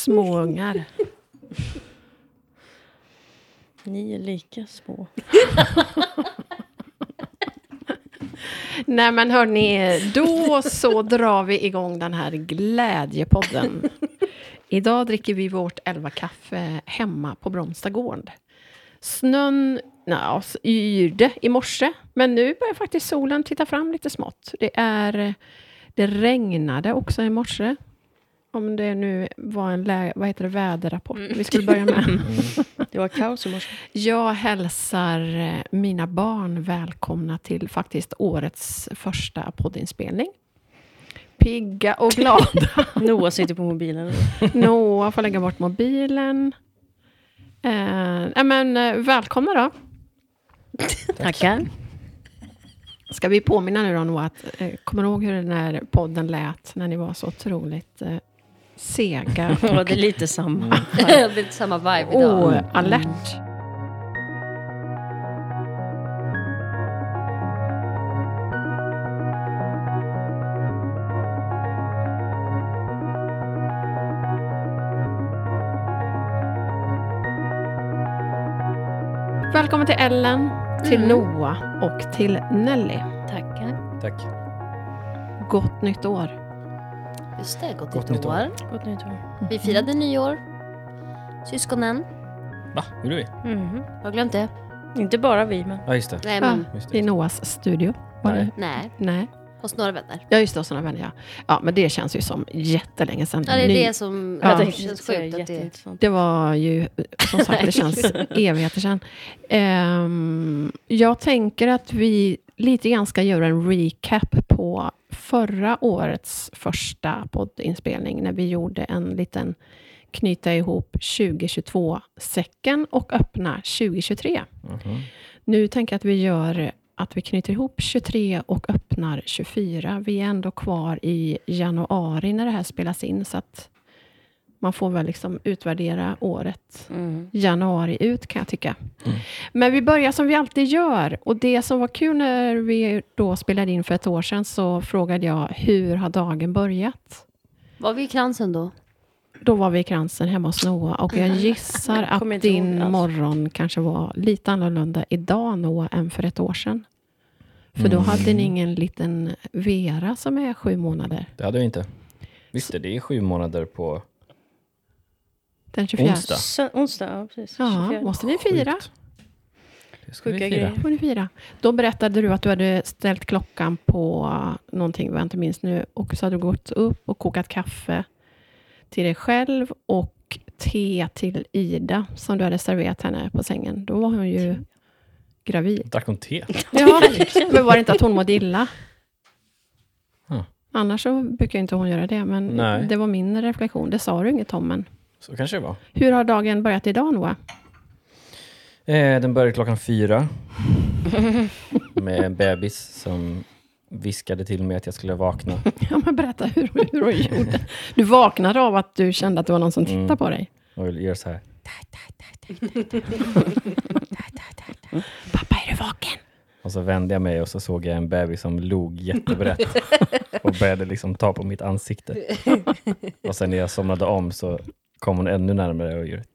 småungar. Ni är lika små. Nej men hörni, då så drar vi igång den här glädjepodden. Idag dricker vi vårt 11-kaffe hemma på Bromstagård. Snön yrde i morse, men nu börjar faktiskt solen titta fram lite smått. Det regnade också i morse. Om det nu var en väderrapport vi skulle börja med. Det var kaos i morse. Jag hälsar mina barn välkomna till faktiskt årets första poddinspelning. Pigga och glada. Noah sitter på mobilen. Noah får lägga bort mobilen. Välkomna då. Tackar. Ska vi påminna nu då Noah att kommer du ihåg hur den här podden lät när ni var så otroligt sega? Ja, det är lite samma. Det är lite samma vibe idag. Alert. Välkommen till Ellen, till Noah och till Nelly. Tackar. Tack. Gott nytt år. Just det, gott Gott nytt nytt år. år. Gott nytt år. Vi firade nyår. Syskonen. Va? Gjorde vi? Har glömt det? Inte bara vi, men... Ja, just det. Nej, men Just I Noahs studio. Var Nej. det? nej. Nej. Hos några vänner. Ja, just det, sådana vänner, ja. Ja, men det känns ju som jättelänge sedan. Ja, det är det som Ja. det känns sjukt att det... Jätteintressant. Det var ju, som sagt, det känns evigheter sedan. Jag tänker att vi lite grann ska göra en recap på förra årets första poddinspelning. När vi gjorde en liten knyta ihop 2022-säcken och öppna 2023. Nu tänker jag att vi gör att vi knyter ihop 23 och öppnar 24. Vi är ändå kvar i januari när det här spelas in, så att man får väl liksom utvärdera året januari ut, kan jag tycka. Men vi börjar som vi alltid gör. Och det som var kul när vi då spelade in för ett år sedan, så frågade jag, hur har dagen börjat? Var vi i kransen då? Då var vi i kransen hemma hos Noah. Och jag gissar Kommer att inte ihåg din alls. morgon kanske var lite annorlunda idag, Noah, än för ett år sedan. För då hade ni ingen liten Vera som är 7 månader. Det hade jag inte. Visst, det är 7 månader på Den 24. onsdag. Onsdag, ja precis. Ja, 24. måste vi fira? Sjukt. Det ska vi Sjuka fira. grejer. Får ni fira. Då berättade du att du hade ställt klockan på någonting, vad jag inte minns nu. Och så hade du gått upp och kokat kaffe till dig själv och te till Ida som du hade serverat henne på sängen. Då var hon ju gravid. Drack hon te? Ja, men var det inte att hon mådde illa? Ja. Annars så brukar inte hon göra det, men Nej. det var min reflektion. Det sa du inget om, men Så kanske det var. hur har dagen börjat idag, Noah? Den började klockan 4. Med en bebis som viskade till mig att jag skulle vakna. Ja, men berätta hur du gjorde. Du vaknade av att du kände att det var någon som tittade på dig. Och gör så här. Pappa, är du vaken? Och så vände jag mig och så såg jag en bebis som log jättebrett. Och började liksom ta på mitt ansikte. Och sen när jag somnade om så kom hon ännu närmare och gjorde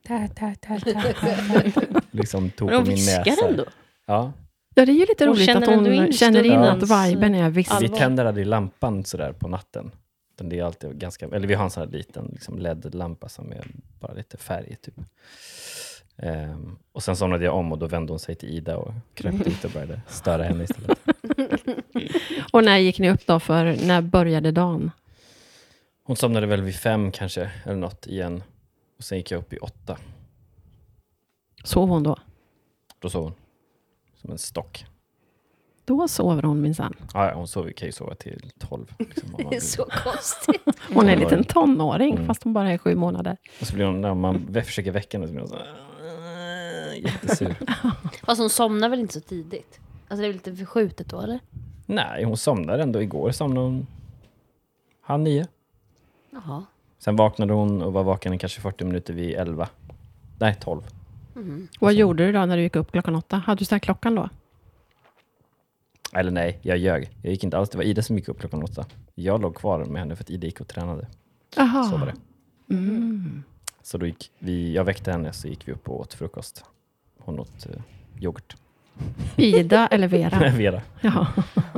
liksom tog Men på de min näsa. viskar ändå. Ja, Ja, det är ju lite Hon roligt att känner ändå hon in känner in att stundens viben är viss. allvar. vi tänder aldrig lampan sådär på natten. Utan det är alltid ganska, eller vi har en sån här liten liksom LED-lampa som är bara lite färg typ. Och sen somnade jag om och då vände hon sig till Ida och kröp dit och började störa henne istället. Och när gick ni upp då, för när började dagen? Hon somnade väl vid 5 kanske, eller något igen. Och sen gick jag upp i 8. Sov hon då? Då sov hon. Som en stock. Då sover hon minsann. Ja, hon kan ju sova till 12. Liksom, om man Det är vill. så konstigt. Hon är en liten tonåring, fast hon bara är 7 månader. Och så blir hon, när man försöker väcka henne så blir hon så jättesur. Fast hon somnar väl inte så tidigt? Alltså det är väl lite förskjutet då, eller? Nej, hon somnade ändå. Igår somnade hon 8:30. Jaha. Sen vaknade hon och var vaken kanske 40 minuter vid 11. Nej, 12. Vad gjorde du då när du gick upp klockan 8? Hade du ställt klockan då? Eller nej, jag ljög. Jag gick inte alls. Det var Ida som gick upp klockan 8. Jag låg kvar med henne för att Ida gick och tränade. Aha. Så var det. Så då jag väckte henne, så gick vi upp och åt frukost. Hon åt yoghurt. Ida eller Vera? Vera. Ja.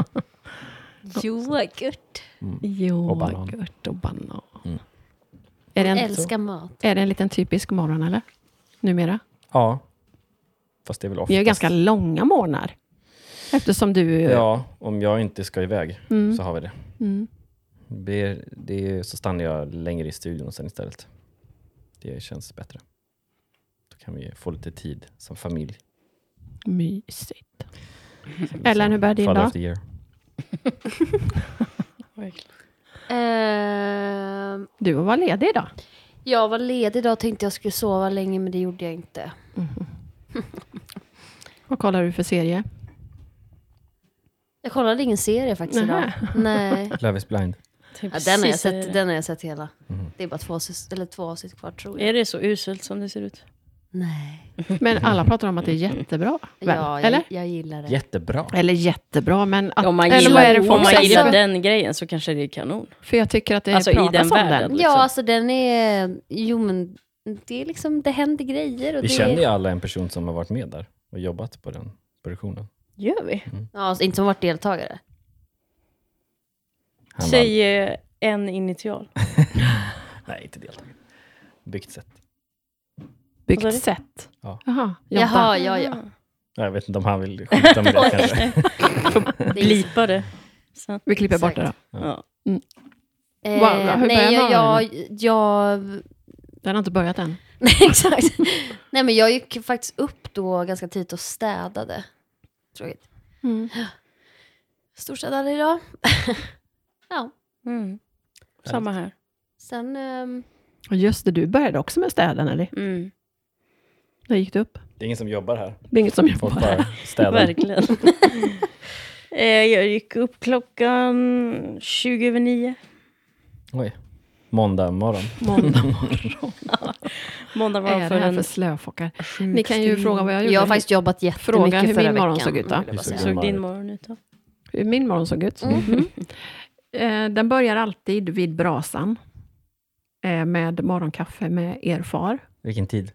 Yoghurt. Yoghurt och banan. Mm. Är det Jag en, älskar mat. är det en liten typisk morgon eller? Numera? Ja. Fast det är väl oftast. Det är ju ganska långa morgnar. Eftersom du... Ja, om jag inte ska iväg Mm. så har vi det. Mm. Så stannar jag längre i studion och sen istället. Det känns bättre. Då kan vi få lite tid som familj. Mysigt. Ellen, hur börjar din Father dag? of the year. Du var ledig idag. Jag var ledig idag och tänkte jag skulle sova länge, men det gjorde jag inte. Vad kollar du för serie? Jag kollade ingen serie faktiskt Nähä. idag. Nej. Love is blind. Ja, den har jag sett hela. Det är bara två avsnitt kvar, tror jag. Är det så uselt som det ser ut? Nej. Men alla pratar om att det är jättebra. Väl? Ja, Eller? jag gillar det. Jättebra. Eller jättebra, men... Att, Om man eller vad är det gillar, folk om man säger? gillar den grejen så kanske det är kanon. För jag tycker att det Alltså, i pratas den om världen. den. liksom. Ja, alltså den är... Jo, men det är liksom... Det händer grejer. Och Vi det känner ju är, alla en person som har varit med där och jobbat på den produktionen. Gör vi? ja, alltså, inte som varit deltagare. Han var- Säg en initial. Nej, inte deltagare. Byggt sätt. Byggt Vad sa du? sätt. Ja. Jaha, Jaha, ja. Jag vet inte om han vill skjuta med det kanske. Det är Blipa det. Så. Vi klipper bort det då. Ja. hur börjar nej, morgonen? jag Den har inte börjat än. nej, exakt. Nej, men jag gick faktiskt upp då ganska tidigt och städade. Tråkigt. Mm. Storstädade idag. Ja. Mm. Samma här. Sen... Och just det, du började också med städen, eller? Mm. När gick du upp? Det är ingen som jobbar här. Det är inget som Folk jobbar. bara städar. Verkligen. Jag gick upp klockan 20:09. Oj. Måndag morgon. Måndag morgon. Måndag Vad var är för det här en för slöfockar? Ni kan ju fråga vad jag gjorde. Jag har faktiskt jobbat jättemycket Fråga hur förra min morgon veckan, såg ut då. vill jag bara Hur såg säga. såg din morgon ut då? Hur min morgon såg ut. Den börjar alltid vid brasan. Med morgonkaffe med er far. Vilken tid?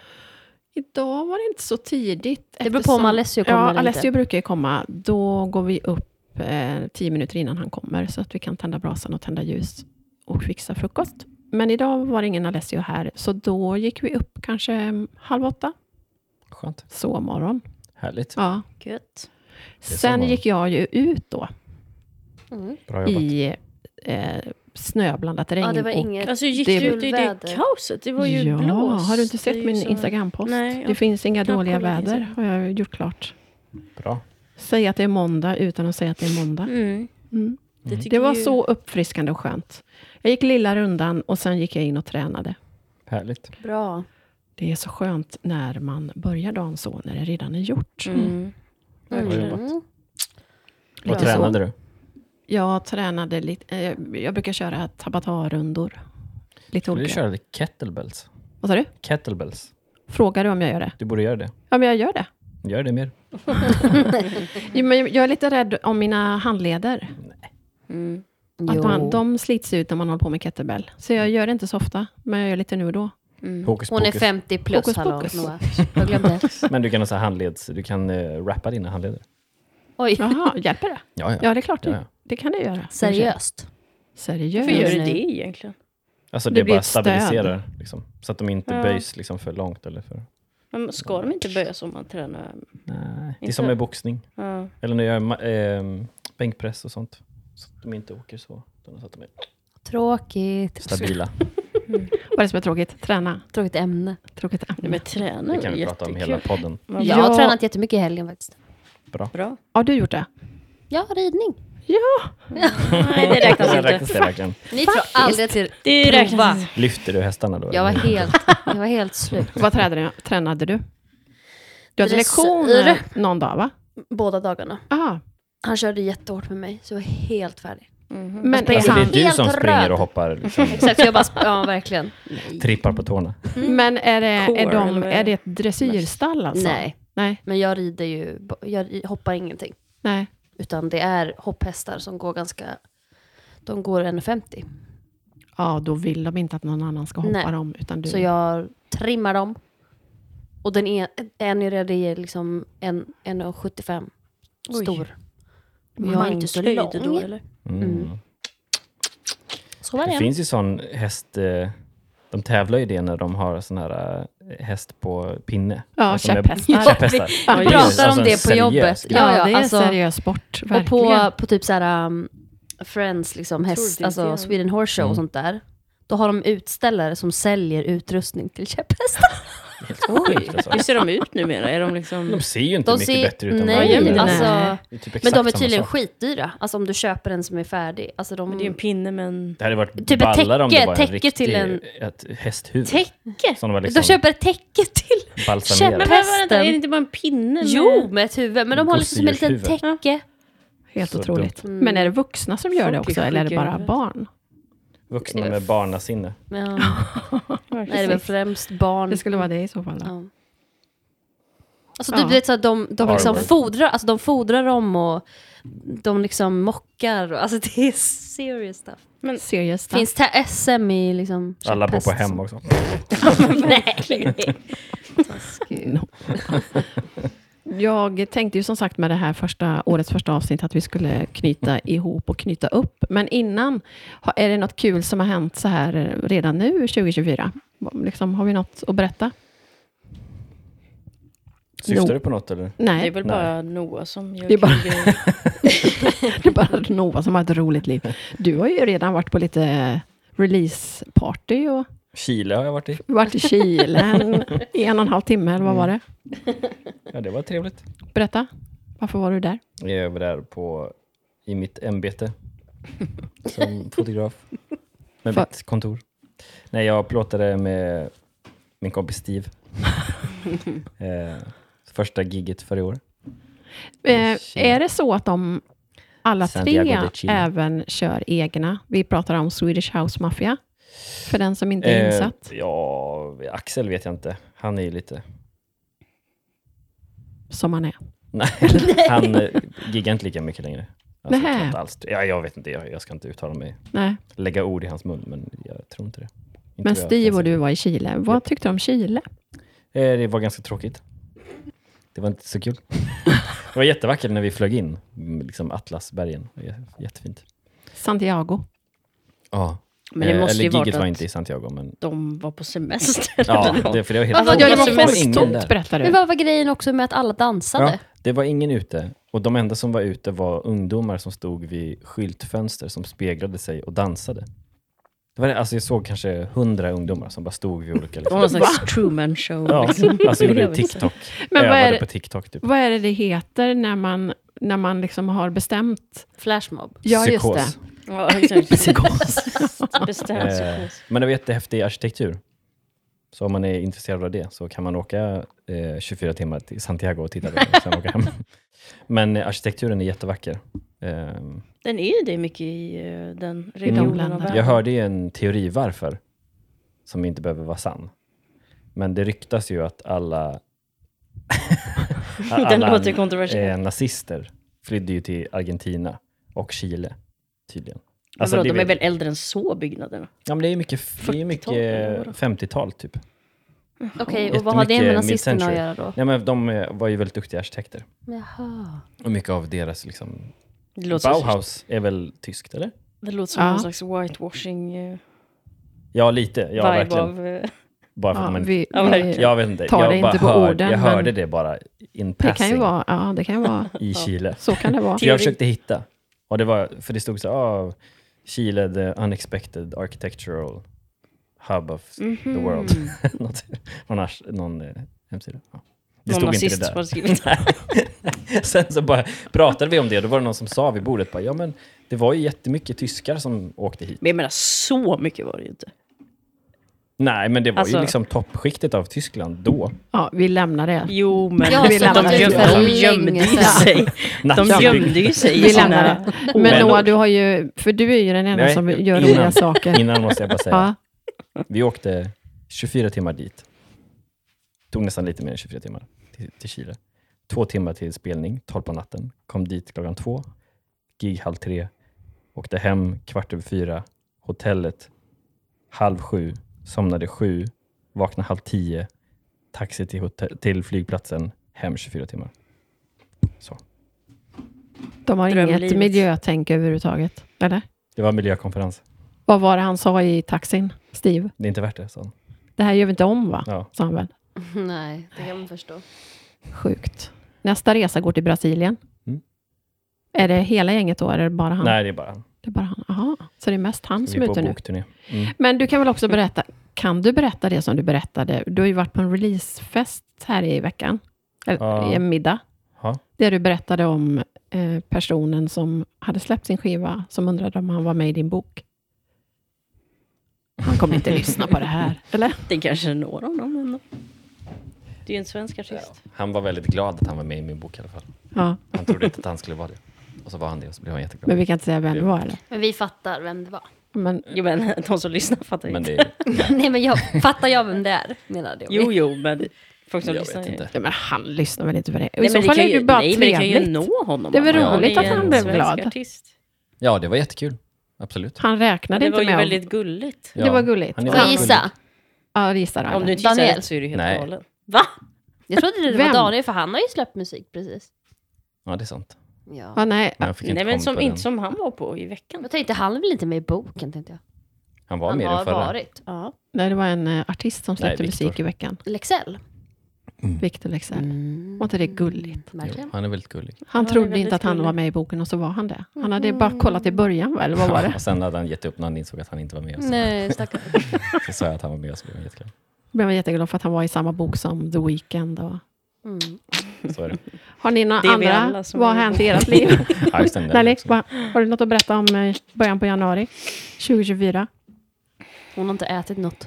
Idag var det inte så tidigt. Det beror på om Alessio kommer Ja, eller Alessio inte. brukar ju komma. Då går vi upp 10 minuter innan han kommer. Så att vi kan tända brasan och tända ljus. Och fixa frukost. Men idag var det ingen Alessio här. Så då gick vi upp kanske 7:30. Skönt. Så morgon. Härligt. Ja. Gött. är så Sen morgon. gick jag ju ut då. Bra jobbat. I snöblandat regn. Ja, det var och inget... Alltså gick Det- du ut i det Väder. kaoset? Det var ju ja, blåst. har du inte Det sett är ju min så- Instagram-post? Nej, Det finns inga knappt dåliga kollat väder, Instagram. har jag gjort klart. Bra. Säg att det är måndag utan att säga att det är måndag. Mm. Mm. tycker Det var ju- så uppfriskande och skönt. Jag gick lilla rundan och sen gick jag in och tränade. Härligt. Bra. Det är så skönt när man börjar dagen så, när det redan är gjort. Mm. Bra jobbat. Mm. Vad Lite tränade så. du? Jag tränade lite, jag brukar köra tabata-rundor. Lite Du olika. körde kettlebells. Vad sa du? Kettlebells. Frågar du om jag gör det? Du borde göra det. Ja, men jag gör det. Gör det mer. Jo, men jag är lite rädd om mina handleder. Mm. Att de slits ut när man håller på med kettlebell. Så jag gör det inte så ofta, men jag gör lite nu och då. Mm. Hokus Hon är pokus. 50 plus, Hokus hallå. pokus. Noah. Jag glömde. Men du kan ha så här handleds... Du kan rappa dina handleder. Oj, Jaha, hjälper det? Ja, ja. Ja, det är klart. Ja, ja. Det kan det göra. seriöst. Seriöst. Varför gör du Nej. det egentligen? Alltså Det det blir bara ett stöd. stabiliserar. Liksom, så att de inte Ja. böjs liksom, för långt. Eller för... Men ska de inte böjas om man tränar? Nej, det är Inte? som med boxning. Ja. Eller när jag gör bänkpress och sånt. Så att de inte åker så. Utan så att de är Tråkigt. stabila. Vad är det som är tråkigt? Träna. Tråkigt ämne. Tråkigt Nej, ämne. men träna Det kan vi är prata om jättekul. hela podden. Vad Jag har Ja. tränat jättemycket i helgen faktiskt. bra. Har du gjort det? Ja, ridning. Nej, det räknas inte. Räknas det verkligen? Ni tror aldrig till Det prova. räknas inte. Lyfter du hästarna då? Jag var eller? helt slut. Vad tränade du? Du hade Dressyr. lektioner någon dag, va? Båda dagarna. Aha. Han körde jättehårt med mig, så jag var helt färdig. Mhm. Men Alltså, är det är han... du helt som springer röd. och hoppar, liksom, Exakt, jag bara, ja verkligen. trippar på tårna. Men är det, Core, eller vad är är det? det ett dressyrstall alltså? Nej, Nej. men jag rider ju, jag hoppar ingenting. Nej. Utan det är hopphästar som går ganska, de går 1,50. då vill de inte att någon annan ska hoppa Nej. dem. Utan du... Så jag trimmar dem. Och den en är liksom 1,75 stor. Men jag är inte så lång. Då, eller? Så var Det det. finns ju sån häst... De tävlar ju det när de har sån här häst på pinne. Ja, Alltså med käpphästar. käpphästar. Vi Det är ju pratar alltså om en det på seriös jobbet. grej. Ja, det är alltså, en seriös sport. och Verkligen. på typ så här Friends, liksom häst, alltså Sweden Horse Show och sånt där. Då har de utställare som säljer utrustning till käpphästar. Helt sjukt, alltså. Hur ser de ut numera? Är de liksom... De ser ju inte De mycket ser- bättre ut än nej, vad de gjorde. nej. alltså, Det är typ men exakt de är samma tydligen sak. skitdyra. Alltså om du köper en som är färdig. Alltså Men det är en pinne med en... Det hade varit Typ ett ballare om det täcke- var en täcke riktig, till en- ett hästhuvud. Täcke? Som var De liksom köper ett täcke till balsamerat. Men vänta, är det inte bara en pinne? Med... Jo, med ett huvud. Men de har liksom som ett litet Gosedjurshuvud. täcke. Helt Så otroligt. dumt. Men är det vuxna som gör det Folk är också? Eller är det sjuka i bara huvudet. barn? Vuxna med barnasinne. Ja. Nej, det är väl främst barn. Det skulle vara det i så fall. Då. Ja. Alltså Ja. du vet så att de liksom Harvard. fodrar dem och de liksom mockar. Alltså det är serious stuff. Serious stuff. Finns det SM i liksom Alla bor på käpphäst? hem också. Nej. No. Jag tänkte ju som sagt med det här årets första avsnitt att vi skulle knyta ihop och knyta upp. Men innan, är det något kul som har hänt så här redan nu 2024? Liksom, har vi något att berätta? Syftar du på något eller? Det är Nej, väl bara Noah som gör Det är bara- kul grejer. det är bara Nova som har ett roligt liv. Du har ju redan varit på lite release-party och Chile har jag varit i. varit i Chile i 1,5 timme, eller vad var det? Ja, det var trevligt. Berätta, varför var du där? Jag var där i mitt ämbete som fotograf. Med För- mitt kontor. Nej, jag plåtade med min kompis Steve. Första gigget för i år. Är det så att de alla Santiago tre de Chile. även kör egna? Vi pratar om Swedish House Mafia. För den som inte är insatt. Ja, Axel vet jag inte. Han är ju lite... Som man är. Nej, han giggar inte lika mycket längre. Alltså, Nähä. jag tror inte alls. Ja, jag vet inte, jag ska inte uttala mig. Nej. Lägga ord i hans mun, men jag tror inte det. Inte Men vad jag Steve kan och säga. du var i Chile. Vad tyckte du om Chile? Det var ganska tråkigt. Det var inte så kul. Det var jättevackert när vi flög in. Liksom Atlasbergen. Det var jättefint. Santiago. Ja. Men det måste eller ju varit gigget var att inte i Santiago. Men... de var på semester. Ja, för det var helt Alltså, Ja, det det var var för stort, berättar Men du. vad var grejen också med att alla dansade? Ja, det var ingen ute. Och de enda som var ute var ungdomar som stod vid skyltfönster som speglade sig och dansade. Det var, alltså jag såg kanske 100 ungdomar som bara stod vid olika... Det var någon slags Truman show. Ja, Liksom. alltså gjorde en TikTok. Men vad är Övade det- på TikTok typ. Vad är det heter när man liksom har bestämt? Flashmob. Ja, just Psykos. det. Ja, exakt. Psykos. Bestämt psykos. Men det var jättehäftig arkitektur. Så om man är intresserad av det så kan man åka 24 timmar till Santiago och titta på det och sen åka hem. Men arkitekturen är jättevacker. Den är ju det mycket i den regionen länderna. av världen. Jag hörde ju en teori varför som inte behöver vara sann. Men det ryktas ju att alla Den låter kontroversiell. nazister flydde ju till Argentina och Chile tydligen. Men vadå, det de är vet- väl äldre än så, byggnaderna? Ja, men det är mycket, det är 40-tal, mycket eller vadå? 50-tal typ. Okej, och vad har det med Jättemycket nazisterna att mid-century. göra då? Nej, men de var ju väldigt duktiga arkitekter. Jaha. Och mycket av deras liksom... Det låter, Bauhaus är väl tyskt, eller? det låter som Ja. någon slags whitewashing Ja, lite. Ja, vibe verkligen. av... Bara för att Ja, man... vi, Ja, verkligen. Jag vet inte. tar Jag det bara inte på orden, jag men- hörde det bara in det kan ju passing vara, ja, det kan ju vara, i Chile. så kan det vara. För jag försökte hitta. Och det var, för det stod så Chile, the unexpected architectural hub of the Mhm. world. någon hemsida. Ja. Det Någon stod inte nazist det har där. skrivit. Sen så bara pratade vi om det. Då var det någon som sa vid bordet bara, ja men det var ju jättemycket tyskar som åkte hit. Men jag menar, så mycket var det ju inte. Nej, men det var Alltså- ju liksom toppskiktet av Tyskland då. Ja, vi lämnar det. Jo, men Ja, så de, det är gömde, för de gömde länge ju sedan. sig. De Nattjakt. gömde ju sig i Vi lämnar sina... det. Men Noah, du har ju, för du är ju den enda Nej, som gör innan- roliga saker. Innan måste jag bara säga. Ja, Vi åkte 24 timmar dit. Tog nästan lite mer än 24 timmar till Chile. 2 timmar till spelning, 12 på natten. Kom dit klockan 2. Gig 2:30. Åkte hem 3:15. Hotellet 7:30, somnade 7, vaknade 9:30, taxi till flygplatsen, hem 24 timmar. Så. De har Drömlivet. inget miljötänk överhuvudtaget, eller? Det var miljökonferens. Vad var det han sa i taxin, Steve? Det är inte värt det, så. Det här gör vi inte om, va? Ja. Sa han väl. Nej, det kan man förstå. Sjukt. Nästa resa går till Brasilien. Mm. Är det hela gänget då, eller är det bara han? Nej, det är bara han. Det är bara han. Aha. Så det är mest han som Vi är är på ute nu. bokturné. Mm. Men du kan väl också berätta, kan du berätta det som du berättade? Du har ju varit på en releasefest här i veckan. Eller Ja. i en middag. Ja. Där du berättade om personen som hade släppt sin skiva, som undrade om han var med i din bok. Han kommer inte lyssna på det här, eller? Det kanske når honom ändå. Det är ju en svensk artist. Han var väldigt glad att han var med i min bok i alla fall. Ja, Han trodde inte att han skulle vara det. Och så var han det och så blev han jätteglad. men vi kan inte säga vem det var, eller? Men vi fattar vem det var. Men Jo, men de som lyssnar fattar Men inte. det är, Nej, men fattar jag vem det är, menade jag. Jo, men folk som jag lyssnar... vet inte. ja, men han lyssnar väl inte på det? I Nej, så men det fall kan är ju, det bara nej, men det kan ju trevligt. nå honom. Det är väl Ja, roligt är att han en blev svensk glad. Artist. ja, det var jättekul. Absolut. Han räknade Det var inte ju med om... väldigt gulligt. Ja, Det var gulligt. han är Får jag väldigt gissa? Ja, gissa då. Om du inte gissar Daniel. rätt så är du helt Nej. galen. Va? Jag trodde det Vem? var Daniel, för han har ju släppt musik precis. Ja, det är sant. Ja. Ja, nej. Men jag fick inte Nej, men komma som, på inte den. som han var på i veckan. Jag tänkte, han är väl inte med i boken, tänkte jag. Han var Han med i den har förra. varit. Ja. Nej, det var en artist som släppte Nej, Victor. musik i veckan. Lexell. Victor Lexell. Var inte det gulligt? Jo, Verkligen. han är väldigt gullig. Han Ja, det är trodde inte väldigt att han gulligt. var med i boken och så var han det. Han hade bara kollat i början, va? Eller vad var det? Och sen hade han gett upp när han insåg att han inte var med. Och så, Nej, stackarn. så sa jag att han var med och så blev han jätteglad. Jag blev jätteglad för att han var i samma bok som The Weeknd. Och... Mm. Så är det. Har ni några Det är vi andra? alla som Vad har är i hänt i ert liv? Ja, just det, den Nelly, också. har du något att berätta om början på januari 2024? Hon har inte ätit något.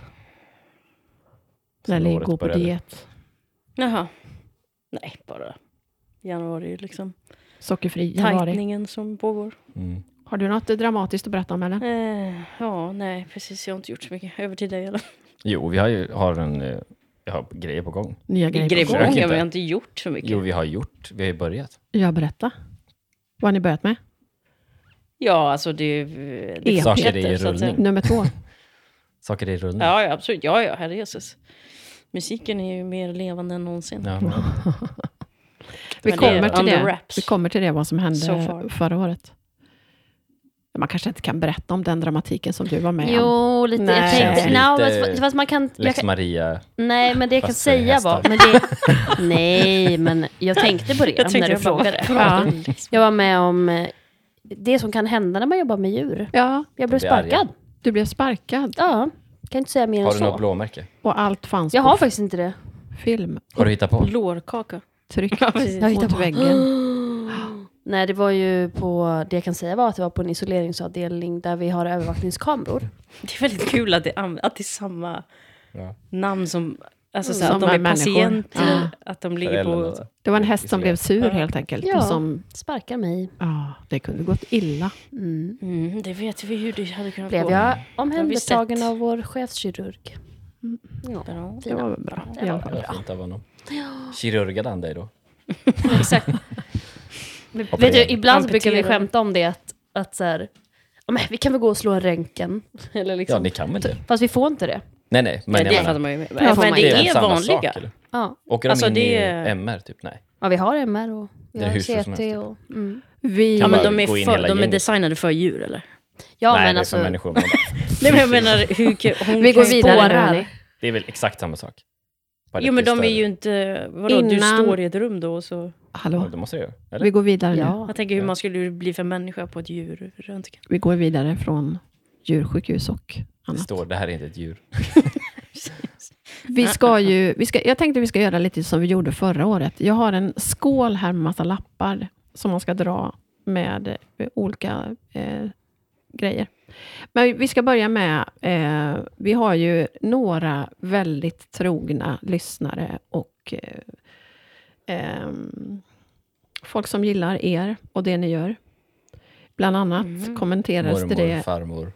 Sen Nelly året går på började. diet. Jaha. Nej, bara januari liksom. Sockerfri januari. Tajtningen som pågår. Mm. Har du något dramatiskt att berätta om, eller? Ja, nej, precis. Jag har inte gjort så mycket. Över till dig eller? Jo, vi har grejer på gång. Nya Grejer grejer på på gång. gång, inte. men vi har inte gjort så mycket. Jo, vi har ju börjat. Jag berätta. Vad har ni börjat med? Ja, alltså det EP. Saker i så att säga. rullning. Nummer 2. Saker i rullning. Ja, ja, absolut. Ja, herrejösses. Musiken är ju mer levande än någonsin. Ja, men, Vi Men det är kommer till under det. wraps. Vi kommer till det, vad som So hände far. förra året. Man kanske inte kan berätta om den dramatiken som du var med om. Jo, lite. Nej. Jag tänkte, Känns lite fast man kan... Jag Lex kan Maria. nej, men det jag kan Fast för säga hästar. var... Men det, nej, men jag tänkte på det Jag tänkte när du jag bara, frågade. Ja. Jag var med om det som kan hända när man jobbar med djur. Ja, Jag blev De blir arga. sparkad. du blev sparkad. Ja, kan inte säga mer Har än du något så. blåmärke? Och allt fanns Jag på har faktiskt inte det. film. Har du hittat på? Lårkaka. Tryckt Jag hittar mot på. väggen. Nej, det var ju på... Det jag kan säga var att det var på en isoleringsavdelning där vi har övervakningskameror. Det är väldigt kul att det är samma Ja. namn som... Alltså så här, Som att de är människor. patienter, Ja. att de ligger Föräldrarna, på... alltså. Det var en häst som blev sur Ja. helt enkelt. Ja. Som, Sparkar mig. det kunde gått illa. Mm. Det vet vi hur det hade kunnat Blev gå. jag sett. omhändertagen av vår chefskirurg. Ja, Bra. Det var väl bra. Det i alla var fall. Det var fint av honom. Kirurgade han dig då? exakt. Hoppa Vet du, igen. ibland så brukar vi Amputera. skämta om det att så här, ja, men vi kan väl gå och slå en röntgen. Eller Ja, liksom. ni kan väl det? Fast vi får inte det. Nej, nej. Men Nej, jag det menar, fattar man ju med. Ja, Men man- det väl är samma vanliga. sak, eller? Ja. Åker de Alltså, in det i är- MR typ? Nej. Ja, vi har MR och vi Det är har hur som CT helst. och... Mm. Vi, Ja, men bara de gå in är, hela de är gänget. designade för djur, eller? Ja, nej, men det är alltså... för människor. Man bara, Nej, men jag menar, hon vi går kan vidare nu, spårar. hörni. det är väl exakt samma sak. Bara Jo, men lite de är ju större. inte... Vadå, du Innan- står i ett rum då och så... Ja, Hallå, det måste jag göra. Eller? vi går vidare nu. Ja. Jag tänker hur man skulle bli för människa på ett djurröntgen. Vi går vidare från djursjukhus och Det annat. står, det här är inte ett djur. Jag tänkte vi ska göra lite som vi gjorde förra året. Jag har en skål här med massa lappar som man ska dra med olika grejer. Men vi ska börja med, vi har ju några väldigt trogna lyssnare och folk som gillar er och det ni gör. Bland annat kommenteras Mormor, det. farmor.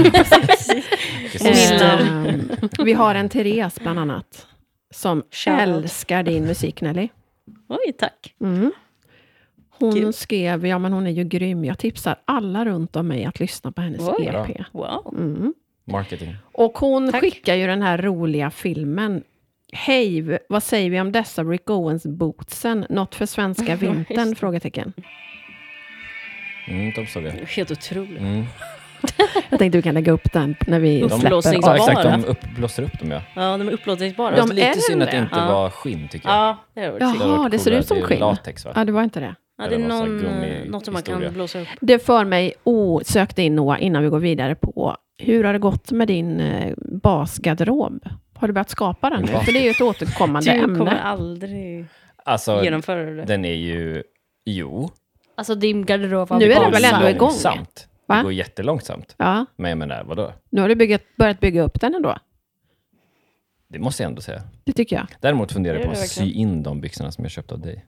Vi har en Therese bland annat som Shoutout. älskar din musik, Nelly. Oj, tack. Mm. Hon Kul. skrev, men hon är ju grym. Jag tipsar alla runt om mig att lyssna på hennes Oj. EP. Wow. Mm. Marketing. Och hon Tack. skickar ju den här roliga filmen. Hej, vad säger vi om dessa Rick Owens-bootsen? Något för svenska vintern? Just Frågetecken. De såg det. Helt otroligt. Jag tänkte vi kan lägga upp den när vi Uppblåsningsbara. släpper. Ja, exakt. Bara. De blåser upp dem, ja. Ja, de är upplåtningsbara. De Lite är synd att det det? inte Ja. var skinn, tycker jag. Ja, det har varit Jaha. synd. hade varit det ser coolare. ut som Det är skinn. latex, va? Ja, det var inte det. Ja, det är Eller någon sån här något som man gummihistoria. kan blåsa upp. Det för mig osökt in, Noah, innan vi går vidare på hur har det gått med din basgarderob? Har du börjat skapa den nu? Bas- För det är ju ett återkommande Du kommer ämne. aldrig Alltså, genomföra det. den är ju... Jo. Alltså din garderob var Nu är bara- den väl ändå igång? Långsamt. Va? Det går jättelångsamt. Ja, Men jag menar, vadå? nu har du börjat bygga upp den ändå. Det måste jag ändå säga. Det tycker jag. Däremot funderar Det jag är på det att sy verkligen. in de byxorna som jag köpte av dig.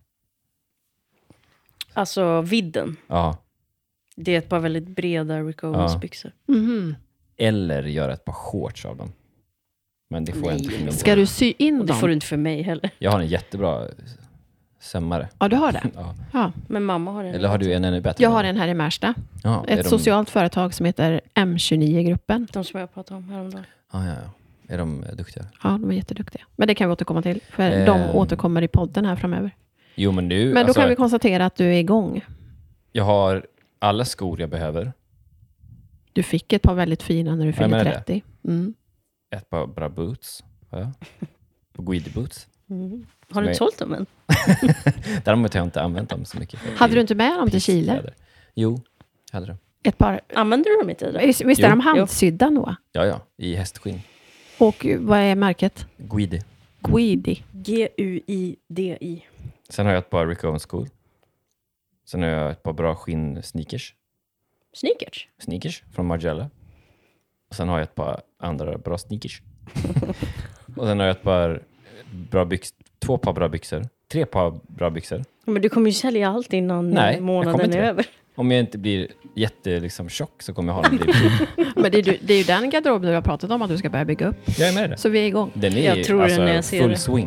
Alltså vidden. Ja. Det är ett par väldigt breda Rick Owens byxor. Mhm. Eller göra ett par shorts av dem. Men det får jag inte Nej, finna på. Ska du sy in Och det dem? får du inte för mig heller. Jag har en jättebra sömmare. Ja, du har det. Ja. Ja. Men mamma har en. Eller har du en ännu bättre? Jag har en här i Märsta. Ja, är Ett de... socialt företag som heter M29-gruppen. De som jag pratade om häromdagen. Ja. Är de duktiga? Ja, de är jätteduktiga. Men det kan vi återkomma till. För de återkommer i podden här framöver. Jo, men nu... Men då alltså, kan vi konstatera att du är igång. jag har alla skor jag behöver. Du fick ett par väldigt fina när du fyllde menar det. 30. Mm. Ett par bra boots. Har jag. Guidi boots. Har du inte sålt dem än? Däremot har jag inte använt dem så mycket. För Hade du inte med dem till Chile? pisskläder. Jo, jag hade det. Ett par... Använder du dem inte? Då? Visst är Jo. de handsydda, Noah? Ja, i hästskinn. Och vad är märket? Guidi. Guidi. Guidi. Sen har jag ett par Rick Owens-skor. Sen har jag ett par bra skinn-sneakers. Sneakers. Från Margiela. Och sen har jag ett par andra bra sneakers. Och sen har jag ett par bra två par bra byxor. 3 par bra byxor. Men du kommer ju sälja allt innan Nej, jag kommer månaden inte är det. över. Om jag inte blir liksom, tjock så kommer jag ha dem. Men det är ju den garderoben du har pratat om att du ska börja bygga upp. Jag är med i det. Så vi är igång. Den är Jag ju, tror det när jag ser full det. swing.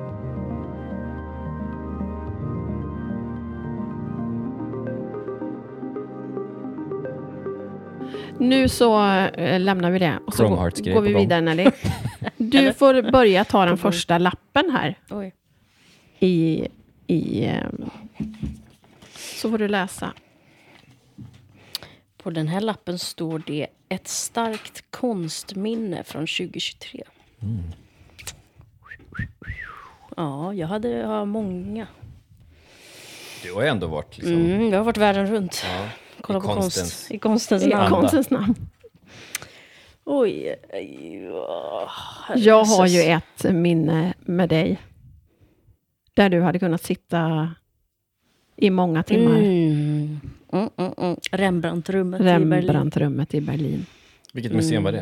Nu så lämnar vi det. Och så Chrome Hearts-grej går vi på gång. vidare, Nelly. Du får börja ta den första lappen här. Oj. Så får du läsa. På den här lappen står det ett starkt konstminne från 2023. Ja, jag har många. Du har ju ändå varit liksom... Jag har varit världen runt. Ja, Kolla i på konstens- konst. I konstens I namn. konstens namn. Oj. Jag har ju ett minne med dig. Där du hade kunnat sitta i många timmar. Rembrandt-rummet i Berlin. Rembrandt-rummet i Berlin. Vilket museum var det?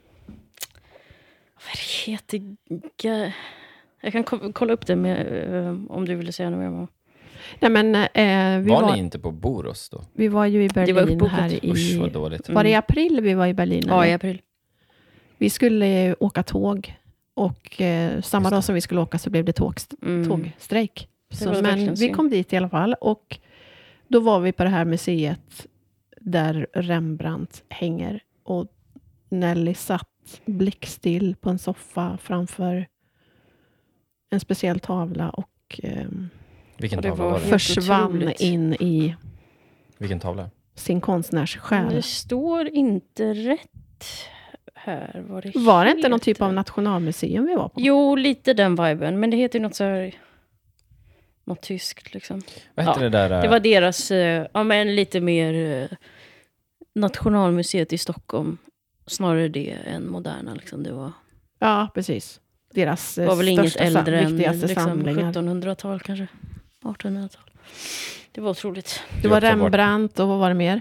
Vad heter... Jag kan kolla upp det med, om du ville säga något mer. Nej, men, Var ni inte på Borås då? vi var ju i var Berlin uppbokat. här Usch, vad i... dåligt. Var det i april vi var i Berlin? Ja, eller? i april. Vi skulle åka tåg. Och samma dag som vi skulle åka så blev det tågstrejk. var Men verkligen vi synd. kom dit i alla fall. Och då var vi på det här museet där Rembrandt hänger. Och Nelly satt blickstill på en soffa framför en speciell tavla. Och Vilken Och det tavla var var det? helt försvann otroligt. in i Vilken tavla? sin konstnärs själ. Det står inte rätt här. Vad det Var det inte någon heter. typ av nationalmuseum vi var på? Jo, lite den viben. Men det heter ju något så här... Något tyskt liksom. Vad hette Ja, det där? Det var deras, ja men lite mer Nationalmuseet i Stockholm. Snarare det än Moderna liksom. Det var Precis. Deras var väl inget största, äldre än viktigaste liksom, samlingar. 1700-tal kanske. 1800-tal. Det var otroligt. Det var också varit- Rembrandt och vad var det mer?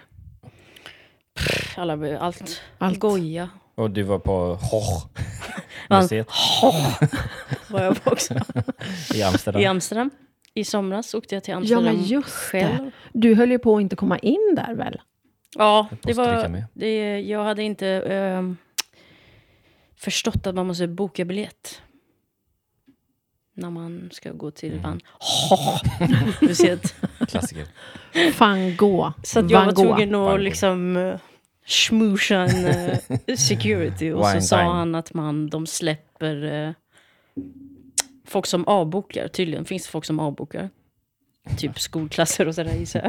Allt. Goya. Och du var på Hoch Ja. museet Var jag på också. i Amsterdam. I Amsterdam. I somras åkte jag till Ja, Amsterdam men just själv. det. Du höll ju på att inte komma in där väl? Ja, Jag det måste dricka var... med. Jag hade inte förstått att man måste boka biljett. När man ska gå till Van museet. Klassiker. Van Gogh. Så att jag var Van Gogh. tvungen Van att Gogh. liksom schmooshan security. Och så Wine sa dine. han att de släpper folk som avbokar. Tydligen finns det folk som avbokar. Typ skolklasser och sådär gissar jag.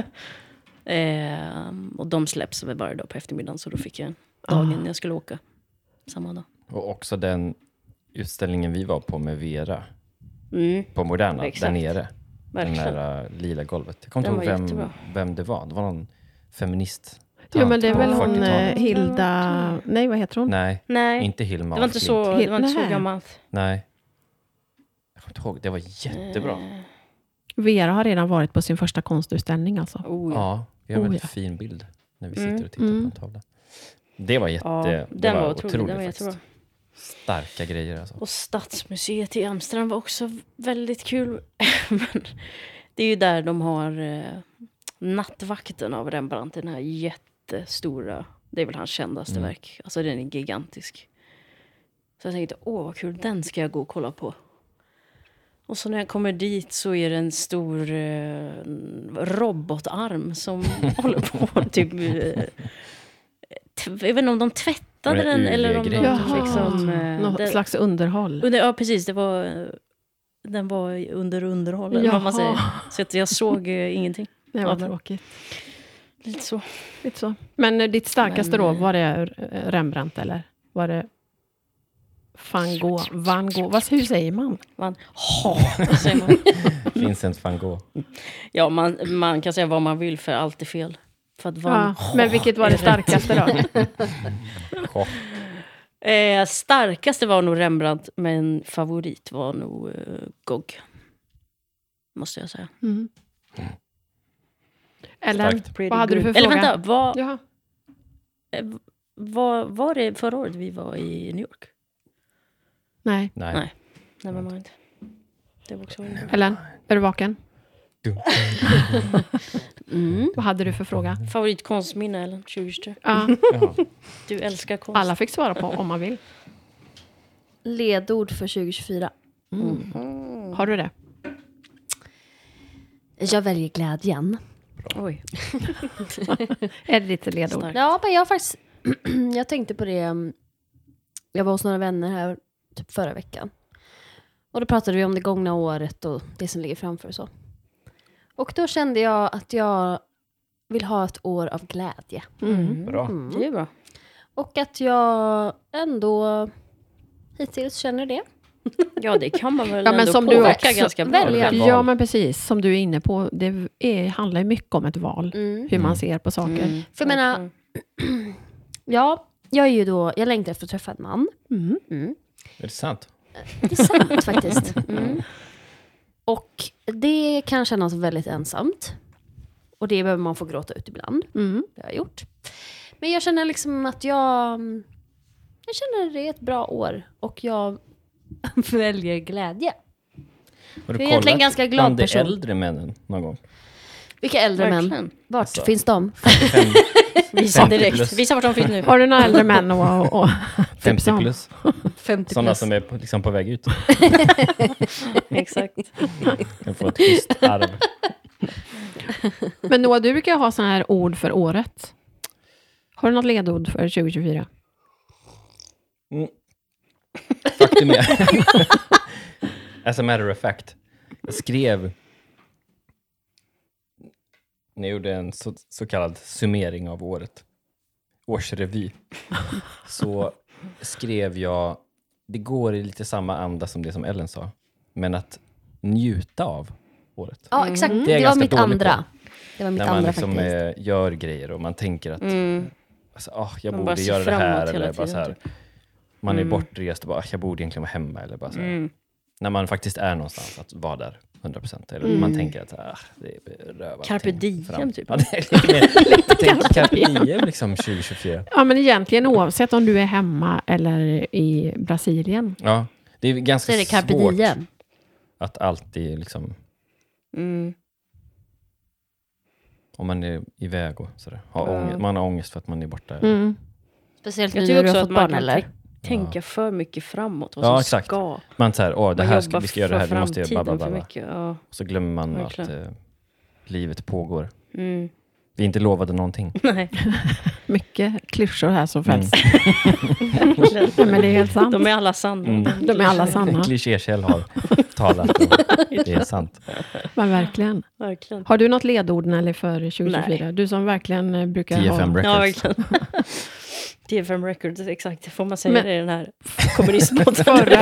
Och de släpps väl bara dag på eftermiddagen. Så då fick jag dagen när jag skulle åka. Samma dag. Och också den utställningen vi var på med Vera. Mm. På Moderna, Exakt. där nere. Verkligen. Den där lila golvet. Jag kommer Den inte ihåg var jättebra. vem det var. Det var någon feminist. Jo, men det är på väl hon 40-talet. Hilda... Nej, vad heter hon? Nej, Nej, inte Hilma. det var inte så, Helt- det var inte så nej. gammalt. Nej. Jag kommer inte ihåg. Det var jättebra. Vera har redan varit på sin första konstutställning alltså. Oh, ja. Ja, vi har en Oh, väldigt ja. fin bild när vi Mm. sitter och tittar på en tavla. Det var Ja, det den var var otrolig. Den var faktiskt. jättebra. Starka grejer alltså. Och Stadsmuseet i Amsterdam var också väldigt kul. Men det är ju där de har Nattvakten av Rembrandt. Den här jättestora. Det är väl hans kändaste verk. Alltså den är gigantisk. Så jag tänkte, vad kul. Den ska jag gå och kolla på. Och så när jag kommer dit så är det en stor robotarm som håller på typ... jag vet inte om de tvättade Var det den eller om de UV-grej? Jaha, liksom... något slags underhåll. Ja, precis. Den var under underhåll, eller vad man säger. Så att jag såg ingenting. Det Ja, var men- tråkigt. Lite så. Lite så. Men ditt starkaste Men, då, var det Rembrandt eller var det Van Gogh? Hur säger man? Vad säger man? Vincent van Gogh. Ja, man kan säga vad man vill för allt är fel. För att Men vilket var det starkaste då? Chock. Starkaste var nog Rembrandt, men favorit var nog Gogh. Måste jag säga. Mm. Eller, Starkt. vad hade du för Eller fråga? vänta, Jaha. var det förra året vi var i New York? Nej. Nej. Nej. Never mind. Det var också Ellen, är du vaken? mm. Vad hade du för fråga? Favoritkonstminne, Ellen, 2023. Ja, Jaha. Du älskar konst. alla fick svara på om man vill. Ledord för 2024. Har du det? Jag väljer glädjen. Oj. Är det ditt ledord? Starkt. Ja, men jag faktiskt... jag tänkte på det. Jag var hos några vänner här typ förra veckan. Och då pratade vi om det gångna året och det som ligger framför och så. Och då kände jag att jag vill ha ett år av glädje. Bra. Det är bra. Och att jag ändå hittills känner det. Ja, det kan man väl Ja, men ändå som du påverka också ganska bra. väljer. Val. Ja, men precis. Som du är inne på, handlar ju mycket om ett val. Hur man ser på saker. Mm. För jag menar, ja, jag är ju då, jag längtar efter att träffa en man. Mm. Är det sant? Det är sant faktiskt. Och det kan kännas väldigt ensamt. Och det behöver man få gråta ut ibland. Mm. Det har jag gjort. Men jag känner liksom att jag känner det är ett bra år. Och jag väljer glädje. Har du Jag är egentligen kollat ganska glad bland de person. äldre männen någon gång? Vilka äldre män? Verkligen. Vart Alltså. finns de? Visa 50 direkt. plus. Visa vart de finns nu. Har du några äldre män och 50 som? plus. 50 Sådana plus. som är liksom på väg ut. Exakt. Kan få ett schysst arv. Men Noah, du brukar ju ha såna här ord för året. Har du något ledord för 2024? Faktum är... As a matter of fact. Jag skrev... När jag gjorde en så kallad summering av året. Årsrevy. Så skrev jag... Det går i lite samma anda som det som Ellen sa. Men att njuta av året. Ja, exakt. Det är Det var ganska mitt dålig andra. på. Det var mitt När man andra liksom faktiskt. gör grejer och man tänker att alltså, jag Man bara borde ser göra det framåt här. hela Eller bara tiden, så här. typ. Man är bortrest och bara, jag borde egentligen vara hemma. Eller bara så här. När man faktiskt är någonstans, att vara där 100%. Eller man tänker att det berövar Carpe allting diem, typ. Ja, det är lite mer, jag tänker carpe diem liksom 2024. Ja, men egentligen oavsett om du är hemma eller i Brasilien. Ja, det är Så ganska är det carpe svårt diem. att alltid liksom, om man är iväg och sådär, man har ångest för att man är borta. Mm. Speciellt Jag nu tycker när du också har att fått man barn kan eller? tänka för mycket framåt. Vad Ja, som exakt. ska. Man säger, det Man här jobbar vi ska göra det här, vi måste göra framtiden bla bla för bla. mycket. Ja. Så glömmer man Verkligen. att livet pågår. Vi inte lovade någonting. Nej. Mycket klyschor här som fälls. Ja, men det är helt sant. De är alla sanna. De är alla sanna. Klichékäll har talat. Och det är sant. Men verkligen. Verkligen. Har du något ledord eller för 2024? Nej. Du som verkligen brukar TFM ha... Ja, Records. verkligen. TFM Records, exakt. Får man säga Men- det i den här kommunistpodden? Förra...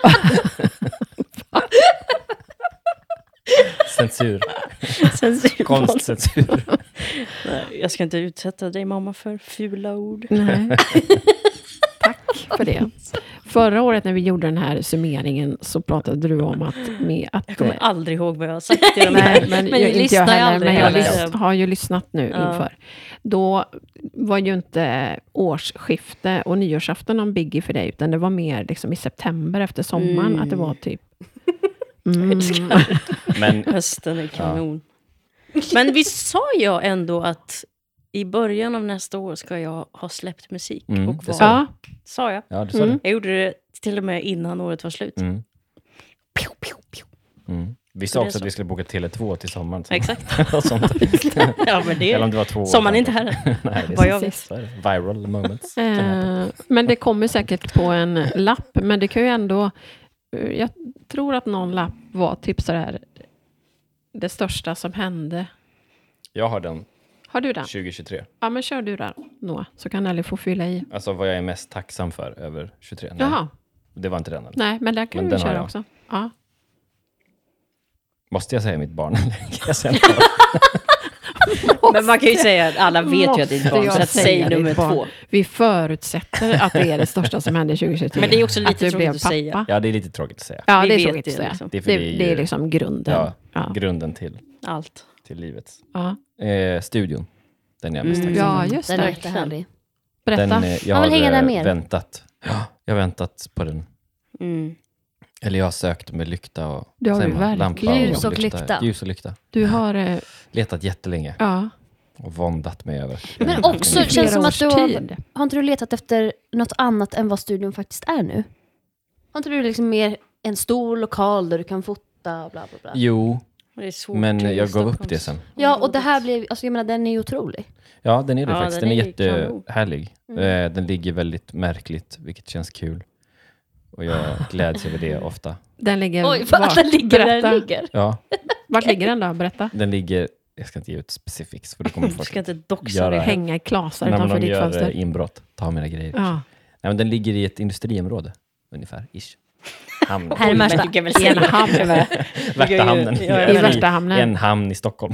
Censur. Censurpodden. Konstcensur. Nej, jag ska inte utsätta dig mamma för fula ord. Nej. Tack för det. Förra året när vi gjorde den här summeringen så pratade du om att... Jag kommer aldrig ihåg vad jag har sagt i de här. Nej, men Men jag, ni inte jag lyssnar ju heller, aldrig men jag heller. har ju lyssnat nu Ja. inför. Då var ju inte årsskifte och nyårsafton någon biggie för dig, utan det var mer liksom i september efter sommaren, att det var typ... Men Hösten är kanon. Men visst sa jag ändå att i början av nästa år ska jag ha släppt musik? Mm, Och det vad sa Ja, sa jag? ja, du sa det. Jag gjorde det till och med innan året var slut. Mm. Pew, pew, pew. Mm. Vi Så sa det är också att så. vi skulle boka Tele2 till sommaren. Så. Exakt. Och sånt. Ja, men det Eller om är det var 2 år. sommaren är sedan. inte här. Nej, det är Vad jag så. vet. Så är det. Viral moments. kan hända. men det kommer säkert på en lapp, men det kan ju ändå... Jag tror att någon lapp var typ sådär det största som hände. Jag har den Har du den? 2023. Ja, men kör du den, Noah, så kan Ellie få fylla i. Alltså vad jag är mest tacksam för över 23. Nej, Jaha, det var inte den. Eller? nej, men där kan Men du den har köra jag. också. Ja. Måste jag säga mitt barn? Eller kan jag säga Men man kan ju säga att alla vet ju att det är ett Måste barn. jag Så att säga säg ditt nummer barn? 2. Vi förutsätter att det är det största som hände 2023. Men det är också lite att du tråkigt blev att säga. Ja, det är lite tråkigt att säga. Ja, Vi det är vet tråkigt att det, säga. liksom. Det är för Det är liksom grunden. Ja, Ja. grunden till Allt. livet. Ja. Studion. Den är jag mest tacksam Ja, för. just Den är det. jättehärlig. Berätta. Den, jag Man vill har hänga där mer. väntat. Ja, jag har väntat på den. Mm. Eller jag har sökt med lykta och Det har säger du man, verkligen. lampa Ljus och lykta. Ljus och lykta. Du har... Letat jättelänge Ja. och våndat mig över. Men också i känns flera som att års du har, tid. har inte du letat efter något annat än vad studion faktiskt är nu? Har inte du liksom mer en stor lokal där du kan fota bla bla bla? Jo, Det är svårt men i jag gav upp Stockholms- det sen. Ja, och det här blev, alltså jag menar den är ju otrolig. Ja, den är det Ja, faktiskt. den Den är är kanon. jättehärlig. Den ligger väldigt märkligt, vilket känns kul. Och jag gläds över det ofta. Den ligger... Oj, vad den ligger där Berätta. den ligger. Ja, Vart ligger den då? Berätta. den ligger... Jag ska inte ge ut specifics, för det kommer Du folk ska inte doxa göra. dig. Hänga i klasar när utanför de ditt gör fönster. inbrott. Ta mina grejer. Ja. Nej, men den ligger i ett industriområde, ungefär. Ish. Hamn. Här i Märsta. Men du kan väl I en säga- hamn. Värtahamnen. Ja, I Värtahamnen. En hamn i Stockholm.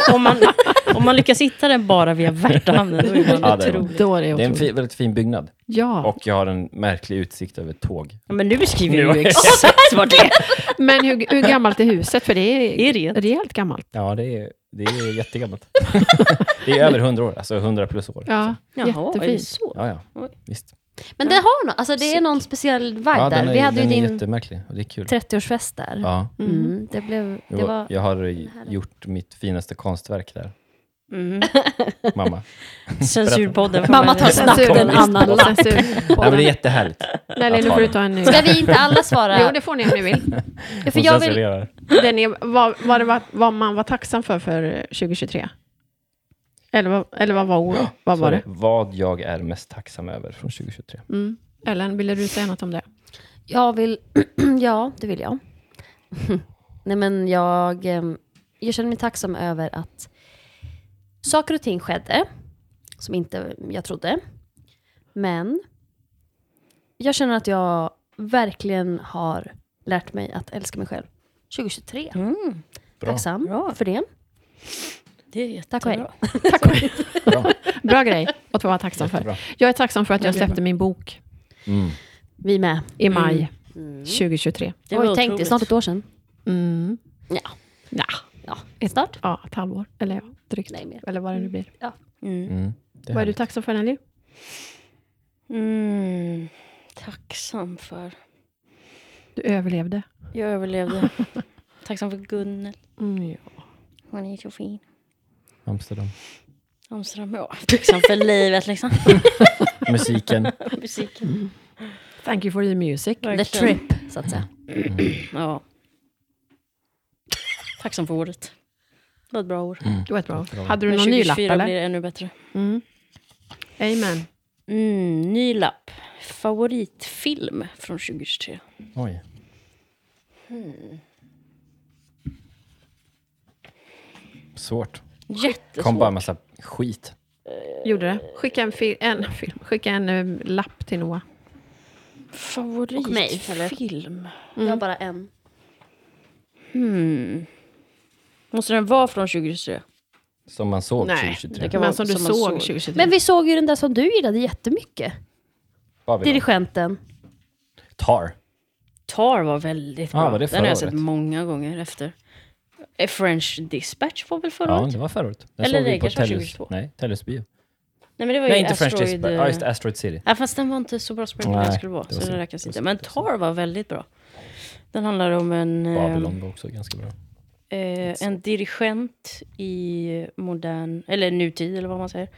Om man lyckas hitta den bara via Värtahamnen, då är man Ja, det är otrolig. Då är det Det är en otroligt. väldigt fin byggnad. Ja, Och jag har en märklig utsikt över tåg. Ja, men nu beskriver Nu du har ju jag- exakt vad det är. men hur gammalt är huset? För det är, Det är rent. rejält gammalt. Ja, det är jättegammalt. Det är över 100 år, alltså 100 plus år. Ja, Jaha, är det jättefint. så? Ja, ja. Oj. Visst. Men det har något, alltså det är någon speciell vibe Ja, där. den Vi hade ju är din jättemärklig och det är kul. 30-årsfest där. Ja. Det blev, det var... Jag har gjort mitt finaste konstverk där. Mm. Mamma. Censurpodden. får Mamma man- tar snabbt Censur. en annan lapp. Censur. Nej, men det är jättehärligt. Nej, nu får du ta en ny. Ska vi inte alla svara? Jo, det får ni om ni vill. Ja, för Hon jag vill, censurerar. Den är, vad man var tacksam för 2023? Eller vad var det? Vad jag är mest tacksam över från 2023. Ellen, ville du säga något om det? jag vill... ja, det vill jag. Nej, men jag känner mig tacksam över att saker och ting skedde som inte jag trodde. Men jag känner att jag verkligen har lärt mig att älska mig själv. 2023. Mm. Bra. Tacksam Bra. för det. Det är jättebra. Tack och hej. Bra. Bra grej att få vara tacksam för. Jättebra. Jag är tacksam för att jag släppte min bok Mm. Vi med. i maj 2023. Det var Oj, tänk det, otroligt. snart ett år sedan. Mm. Ja. Ja, Snart? ja, ett halvår. Eller ja, drygt. Nej, mer. Eller vad det nu blir. Mm. Mm. Det Vad är du härligt. tacksam för, Nelly? Mm. Tacksam för. Du överlevde. Jag överlevde. Tacksam för Gunnel. Ja. Hon är så fin. Amsterdam. Amsterdam, ja. Tacksam för livet liksom. Musiken. Musiken. Thank you for the music. The trip, så att säga. Ja. Tacksam för året. Det var ett bra år. Det var ett bra. Bra. Hade du Men någon ny lapp 2024 eller? blir det ännu bättre. Amen. Ny lapp. Favoritfilm från 2023. Oj. Svårt. Jättesvårt. Kom bara en massa skit. Gjorde det? Skicka en lapp till Noah. Och mig, eller? Favoritfilm. Jag har bara en. Måste den vara från 2023? Som man såg Nej, 2023. det kan Men vara som du som man såg såg. 2023. Men vi såg ju den där som du gillade jättemycket. Babylon. Dirigenten. Tar. Tar var väldigt bra. var det Den förra har jag sett året? många gånger efter. French Dispatch var väl förra Ja, året? det var förra året. Den Eller såg vi det på kanske var Tellus. 2022. Nej, Tellus bio. Nej, men det var ju Nej, inte French Asteroid... Dispatch. Ja, just det, Asteroid City. Ja, fast den var inte så bra som den Nej, skulle vara. det var Så så. det räknas Det var inte. så. Men Tar var väldigt bra. Den handlar om Babylon var också ganska bra. en dirigent i modern, eller nutid eller vad man säger.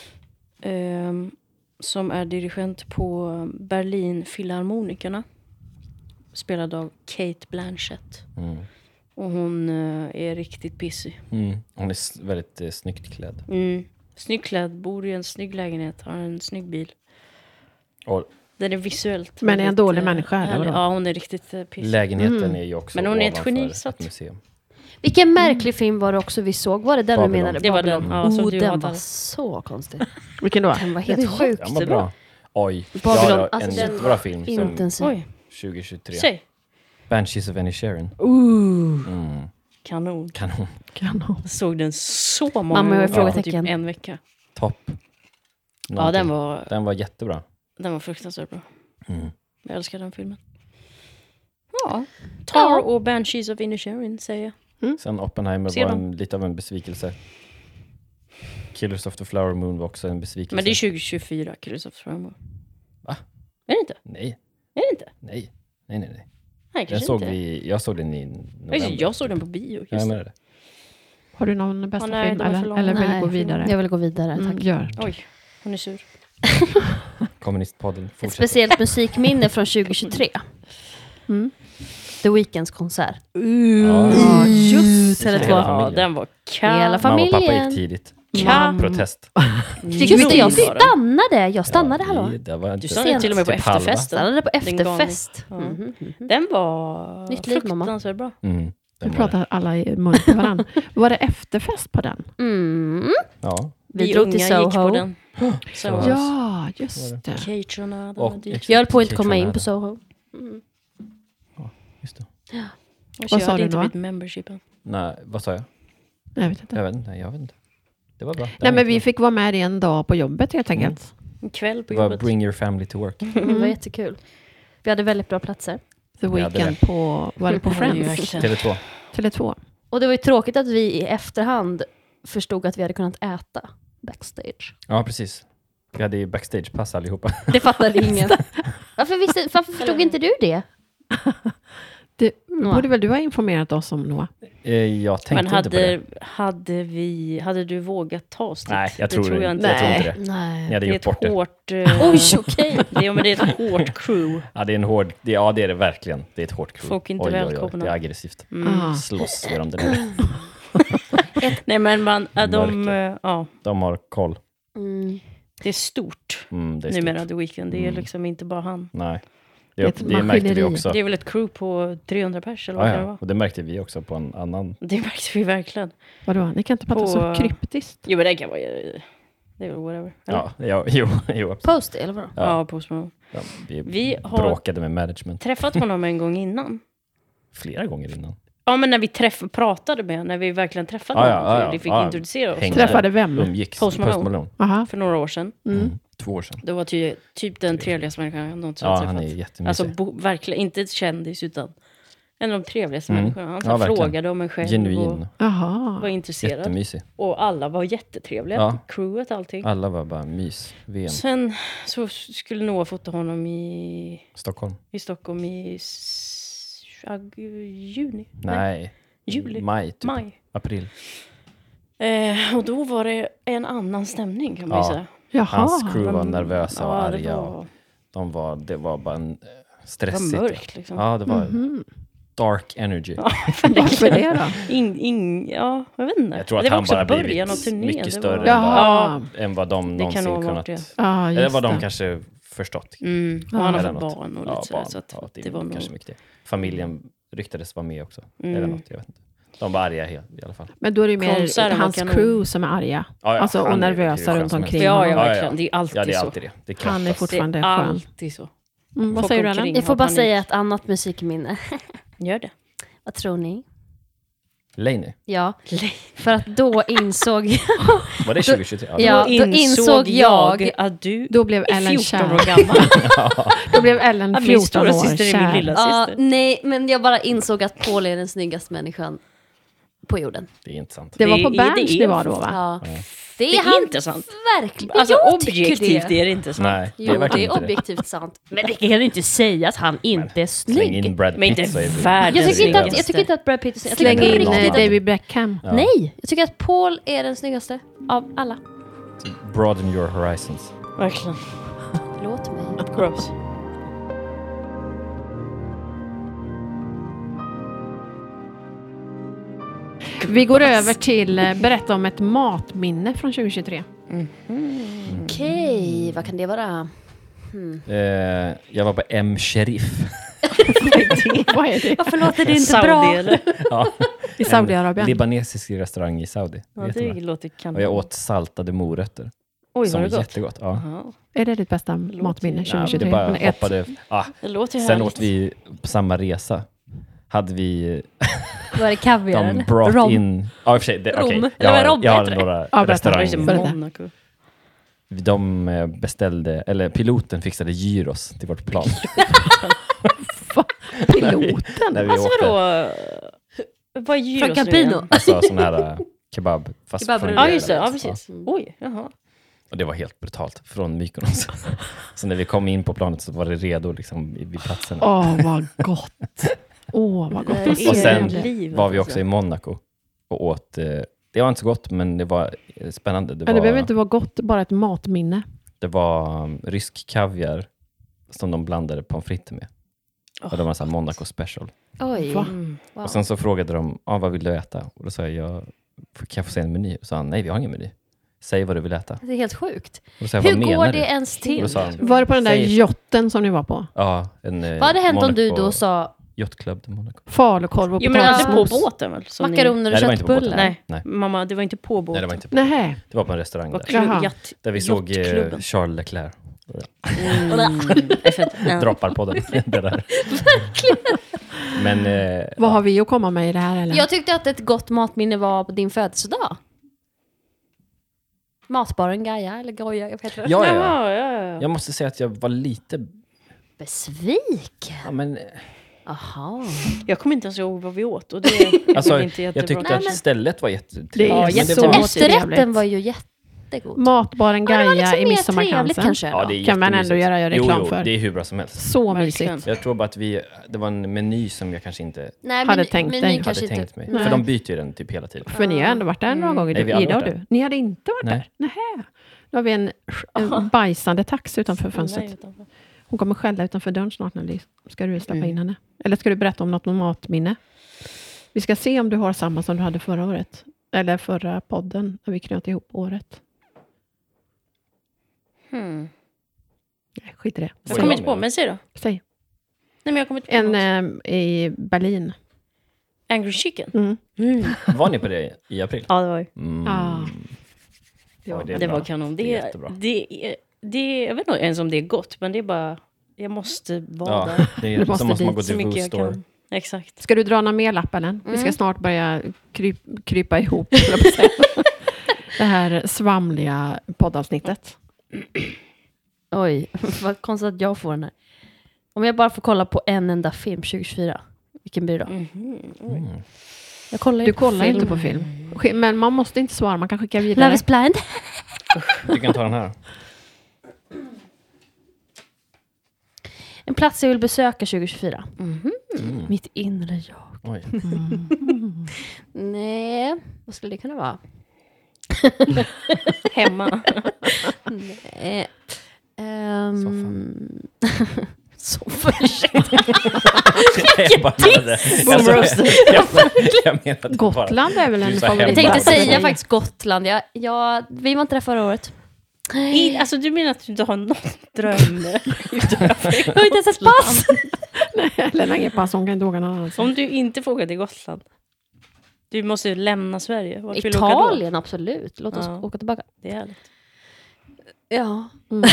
Som är dirigent på Berlin Filharmonikerna. Spelad av Kate Blanchett. Mm. Och hon är riktigt pissig. Hon är väldigt snyggt klädd. Snygg klädd, bor i en snygg lägenhet, har en snygg bil. Och Den är visuellt Men är en väldigt, dålig människa, eller härlig. vadå? Ja, hon är riktigt pissig. lägenheten är ju också Men hon är ett ovanför geni, så att- ett museum. Vilken märklig film var det också vi såg? Var det den Babylon. du menade? Det var den, ja, som du den hatade. var så konstig. Vilken då? Den var helt sjukt Den var bra. Oj, Babylon, ja, alltså en den jättebra film som intensiv. Oj, 2023. säg. Banshees of Inisherin. Kanon. Kanon. Kanon. Jag såg den så många Mamma, jag har gånger på frågetecken. typ en vecka. Topp. Ja, den Den var jättebra. var fruktansvärt bra. Mm. Jag älskar den filmen. Ja, Tar och Banshees of Inisherin säger jag. Sen Oppenheimer Ser var dem. lite av en besvikelse. Killers of the Flower Moon var också en besvikelse. Men det är 2024, Killers of the Flower Moon. Va? Är det inte? Nej, Är det inte? nej. Nej, Den kanske såg inte. jag såg den i november. Jag såg den på bio. Ja, Just men det. det. Har du någon bästa nej, film? de är för långa. Eller vill du Nej, gå vidare? Jag vill gå vidare, tack. Gör. Oj, hon är sur. Kommunistpodden Ett fortsätter. speciellt musikminne från 2023. The Weeknds konsert. Ja. Just Tele2. Hela Ja, familjen. den var Hela kanon. Mamma och pappa familjen. gick tidigt. Kanon. Protest. Just det, jag stannade. Jag stannade, hallå. Det var inte Du stannade till och med på typ halva. efterfesten. Stannade på Den galning. efterfest. Ja. Mhm. Den var Nytt liv, mamma. fruktansvärt bra. Mm, Nu den var pratar alla i mun på varandra. Var det efterfest på den? Mm. Ja. Vi drog till unga gick Soho. på den. Soho. Ja, just det. Caterarna, de Och var dyrt. Jag höll på att inte komma in Caterham på Soho. Just det. Jag Vad sa hade du inte då? blivit membershipen. Nej, vad sa jag? Jag vet inte. Jag vet inte. Det var bra. Nej, men vi fick vara med en dag på jobbet helt enkelt. En kväll på Det var jobbet. Bring your family to work. Det var jättekul. Vi hade väldigt bra platser. The hade Weeknd på, var det på Friends? Tele2. Tele2. Och det var ju tråkigt att vi i efterhand förstod att vi hade kunnat äta backstage. Ja, precis. Vi hade ju backstagepass allihopa. Det fattade ingen. Varför förstod inte du det? Det Noah. borde väl du ha informerat oss om, Noah? Jag tänkte Men inte på det. hade du vågat ta oss dit? Nej, jag Det tror tror jag det. inte. Jag tror inte det. Ni Nej. hade Det är gjort ett bort det. hårt... Oj, okej. det är ett hårt crew. Ja, det är en hård... Ja, det är det verkligen. Det är ett hårt crew. Folk är inte välkomna. Det är aggressivt. Ah. Slåss gör de där. Nej, men de... Mörker. Ja, De har koll. Mm. det är stort. Det är Numera stort. The Weeknd. Det är liksom inte bara han. Nej. Ett Det märkte vi maskineri. också. Det är väl ett crew på 300 pers eller vad Ja, det ja. var. Och det märkte vi också på en annan... Det märkte vi verkligen. Vadå? Ni kan inte prata så På- kryptiskt. Jo, men det kan vara... Det är väl whatever. Eller? Ja, jo, absolut. Post eller vadå? Ja, Post Malone. Ja, vi Vi har bråkade med management träffat honom en gång innan. flera gånger innan. Ja, men när vi pratade med honom, när vi verkligen träffade Ja, ja, honom. ja, För ja. vi fick Ja. introducera oss. Hängde. Träffade vem? Umgicks. Post Malone. Aha. För några år sedan. 2 år sedan. Det var typ den trevligaste människan jag någonsin Ja, har han är träffat. jättemysig. Alltså verkligen, inte ett kändis utan en av de trevligaste Mm. människorna. Han Ja, verkligen. frågade om en själv och Genuin. var Jaha. intresserad. Jättemysig. Och alla var jättetrevliga. Ja. Crewet, allting. Alla var bara mys. VM. Sen så skulle Noah fota honom i Stockholm. Stockholm i juni? Nej. Juli? Maj. Typ. Maj. April. Och då var det en annan stämning kan man ju Ja. säga. Jaha. Hans crew var nervösa och Ja, arga. Det var bara en det var stressigt. mörkt liksom. Ja, det var Mhm. dark energy. Varför det då? Ja, jag vet inte. Jag tror att det var han också bara början blivit av turnén. mycket Det större var... Jaha. än vad de Det kan någonsin nog ha kunnat. varit det. Ja, Eller just vad de det. kanske förstått. Och han har Eller fått något. barn och Ja, lite sådär. barn. Så att Ja, det var nog... kanske mycket det. Familjen ryktades vara med också. Eller något, jag vet inte. De var arga i alla fall. Men då är det ju Konserten mer var hans kanon. crew som är arga. Ja, Alltså, och han är nervösa hur runt skön som omkring helst. Ja, honom. verkligen. Det är alltid Ja, det är så. alltid det. Det Han är krattas. fortfarande Det är skön. alltid så. Vad Folk säger du, Ellen? omkring Jag får har bara panik. säga ett annat musikminne. Gör det. Vad tror ni? Laney. Ja, för att då insåg Var det 2023? Ja, då insåg jag att du Då blev är Ellen 14 kär. år gammal. Då blev Ellen Ja, min 14 stora år syster är min kär. lilla Ja, syster. nej, men jag bara insåg att Paul är den snyggaste människan på jorden. Det är inte sant. Det var på Det Berns är- nivå då, va? Ja. Ja. Det Det är är han inte sant. verkligen. Alltså jag tycker objektivt det. är det inte sant. Nej, det Jo, är det verkligen är inte det. objektivt sant. Men det kan du inte säga att han inte är Släng in snygg. Brad Men inte Pitt så är det... världens Jag tycker inte att Brad Pitt är snygg. Jag Släng tycker in på riktigt att- David Beckham. Ja. Nej, jag tycker att Paul är den snyggaste av alla. Broaden your horizons. Verkligen. Låt mig. Gross. Vi går över till berätta om ett matminne från 2023. Okej, vad kan det vara? Jag var på M. Sheriff. Vad är det? Varför låter det inte Saudi bra? eller? Ja, I Saudiarabien? libanesisk restaurang i Saudi. Ja, Jättebra. det låter kanon. Och jag åt saltade morötter. Oj, som var det var gott? jättegott. Ja. Jaha. Är det ditt bästa matminne Nej, 2023? det bara Men ett- hoppade. Det låter ju Sen härligt. åt vi på samma resa. Hade vi Var det kaviar de eller? brought Rom. in... Ja, i och för sig. Rom. Okay, Eller vad rom jag har heter det? några Ja, berätta. restauranger. Berätta. Monaco. De beställde, eller piloten fixade gyros till vårt plan. Piloten? När vi Alltså åkte. vadå? Vad är gyros Från nu Campino. igen? Alltså sån här kebab. Fast Kebabrulle. från Ja, just det. Ja, Gävle. precis. Oj, jaha. Och det var helt brutalt från Mykonos. Så när vi kom in på planet så var det redo liksom vid platserna. Vad gott. Vad gott. Det är Och sen livet, var vi alltså. också i Monaco och åt, det var inte så gott men det var spännande. Men det behöver inte vara gott, bara ett matminne. Det var rysk kaviar som de blandade pommes frites med. Och det var en sån här Monaco special. Oj. Va? Wow. Och sen så frågade de, vad vill du äta? Och då sa jag, kan jag få se en meny? Och sa han, nej vi har ingen meny. Säg vad du vill äta. Det är helt sjukt. Och då sa jag, Hur vad går menar det du? ens Och till? då sa han, Var det på den där Säg- jotten som ni var på? ja, en Vad hade hänt om du då sa Yachtclub till Monaco. Falukorv och Jo, men aldrig på potatismos? båten väl? Som makaroner och Nej, det var inte på båten. köttbullar? Nej. Nej. Mamma, det var inte på båten. Nej, det var inte på. Nej. Det var på en restaurang Vad där. klubb, Jaha. Där vi såg yachtklubben. Charles Leclerc. Droppar på den. Det där. Men Vad har vi att komma med i det här? Eller? Jag tyckte att ett gott matminne var på din födelsedag. Matbaren Gaia, eller Goja, jag vet inte. ja. Ja. Jag måste säga att jag var lite... Besviken. Ja, men, Aha. Jag kommer inte ens ihåg vad vi åt. Och det är alltså, inte jag jättebra. tyckte att stället var jättetrevligt. Det är men jätte- var, så- Efterrätten trevligt. var ju jättegod. Matbaren Ja, det var Gaia liksom i mer trevligt Midsommarkransen. kanske. ja, det är Kan man ändå jättemysigt. göra reklam jo, för. det är hur bra som helst. Så Verkligen. mysigt. Jag tror bara att det var en meny som jag kanske inte Nej, Hade tänkt dig. menyn hade kanske tänkt mig. Nej. För de byter ju den typ hela tiden. För ni har ändå varit där några gånger, Nej, vi har Ida och aldrig du. varit Ni hade inte varit Nej. där? Nähä. Då har vi en bajsande tax utanför fönstret. Hon kommer skälla utanför dörren snart när vi ska du släppa in henne. Eller ska du berätta om något matminne? Vi ska se om du har samma som du hade förra året. Eller förra podden när vi knöt ihop året. Nej, skit i det. Jag kommer inte på, men säg då. Säg. Nej, men jag kommer inte på En något. i Berlin. Angry Chicken. Mm. Var ni på det i april? Ja, det var ju. Ah. Ja, Det bra. var kanon. Det är jättebra. Jag vet inte ens om det är gott, men det är bara... Jag måste vara Ja, där. det Du är, måste så måste man gå dit Så till mycket Woo jag Store. kan. Exakt. Ska du dra någon mer lapp, eller? Vi ska snart börja krypa ihop. höll jag på att säga. Det här svamliga poddavsnittet. Oj, vad konstigt att jag får den här. Om jag bara får kolla på en enda film 2024. Vilken blir det då? Jag kollar ju Du på kollar film. inte på film. Men man måste inte svara, man kan skicka vidare. Love is blind. Du kan ta den här. En plats jag vill besöka 2024. Mitt inre jag. Oj. Nej, vad skulle det kunna vara? Hemma. Nej. Så ursäkta. Jag bara menade... Jag menade Gotland är väl en Du sa favorit. Jag tänkte Bara- säga faktiskt Gotland. Vi var inte där förra året. Alltså du menar att du inte har någon dröm? Jag har inte ens ett pass. Eller nej, pass, hon kan inte åka någon annanstans. Om du inte får åka till Gotland. Du måste lämna Sverige. Vart vill du åka då? Italien, absolut. Låt oss Ja. åka tillbaka. Det är härligt. Ja.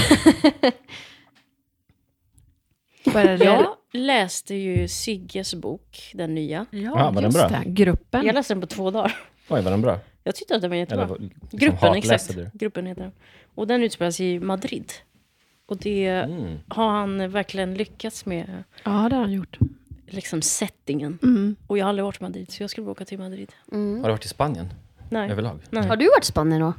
Vad är det? Jag läste ju Sigges bok, den nya. Ja, var den just bra? det. Gruppen. Jag läste den på 2 dagar. Oj, var den bra? Jag tyckte att den var jättebra. Eller liksom Gruppen, hatläste exakt. du? Gruppen heter den. Och den utspelas i Madrid. Och det har han verkligen lyckats med, Ja, det har han gjort. liksom settingen. Mm. Och jag har aldrig varit i Madrid, så jag skulle åka till Madrid. Mm. Har du varit i Spanien? Nej. Överlag? Nej. Har du varit i Spanien då?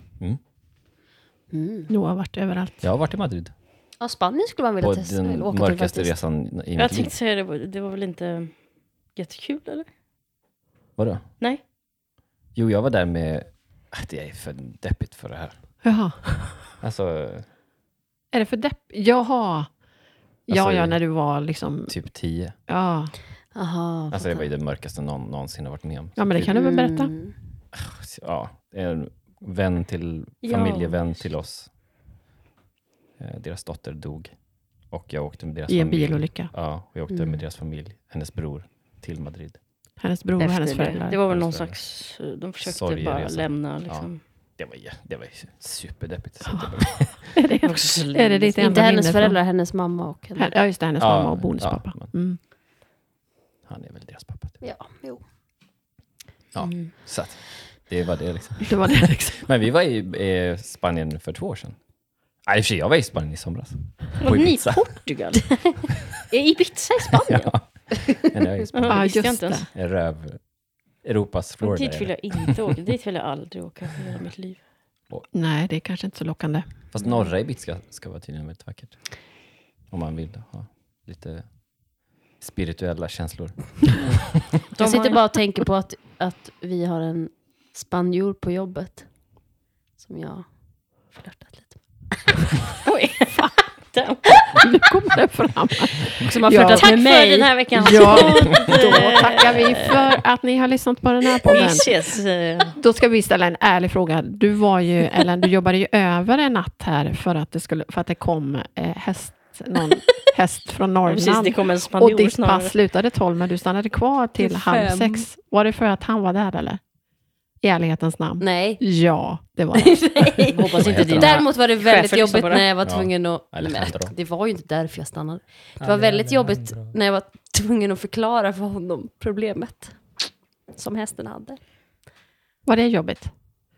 Noah har varit överallt. Jag har varit i Madrid. Ja, Spanien skulle man vilja På testa. den Eller åka mörkaste till faktiskt. resan i Jag mitt liv. tänkte säga det var väl inte jättekul, eller? Vadå? Nej. Jo, jag var där med... Det är för deppigt för det här. Jaha. Alltså, Är det för depp? Jaha. Alltså, Ja, när du var liksom... typ 10. Ja, Aha, Alltså det var ju det mörkaste någonsin har varit med om. ja men det kan du väl berätta? Mm. Ja, en vän till, familjevän till oss. Deras dotter dog. Och jag åkte med deras I en familj. bilolycka. Ja, och jag åkte med deras familj, hennes bror, till Madrid. Hennes bror och Efter hennes det. föräldrar. Det var väl någon Hennes slags... De försökte Sorgeresa. bara lämna liksom. Det var ju superdeppigt. Så är, det, Också så är det ditt enda Inte hennes minne föräldrar, hennes mamma och henne. Ja, just det. Hennes Ja, mamma och bonuspappa. ja, Mm. han är väl deras pappa. Typ. Ja, jo. Ja, så att det var det liksom. Det var det liksom. Men vi var i Spanien för 2 år sedan. Nej, i och för sig, jag var i Spanien i somras. Och ni Ibiza. Portugal? Ibiza i Spanien? Ja, men jag är i Spanien. Ja, visste jag just inte det. ens. Röv. Europas Florida. Dit vill jag inte åka. Dit vill jag aldrig åka i hela mitt liv. Nej, det är kanske inte så lockande. Fast norra Ibiza ska vara tydligen väldigt vackert. Om man vill ha lite spirituella känslor. Jag sitter bara och tänker på att vi har en spanjor på jobbet. Som jag flörtat lite Oj, Nu kommer det fram. med. Som har Ja. flörtat tack med för mig. den här veckan. Ja, då tackar vi för att ni har lyssnat på den här Vi podden. ses. Då ska vi ställa en ärlig fråga. Du var ju, Ellen, du jobbade ju över en natt här för att det kom någon häst från Precis, det Norrland. kommer en Och spanjor ditt snarare. pass slutade 12, men du stannade kvar till Till 5:30. Var det för att han var där eller? I ärlighetens namn. Nej. Ja, det var det. Nej. Hoppas inte din Däremot var det väldigt chefer lyssnar jobbigt på det. när jag var Ja. tvungen att... Alejandro. Nej, det var ju inte därför jag stannade. Det var väldigt jobbigt när jag var tvungen att förklara för honom problemet som hästen hade. Var det jobbigt?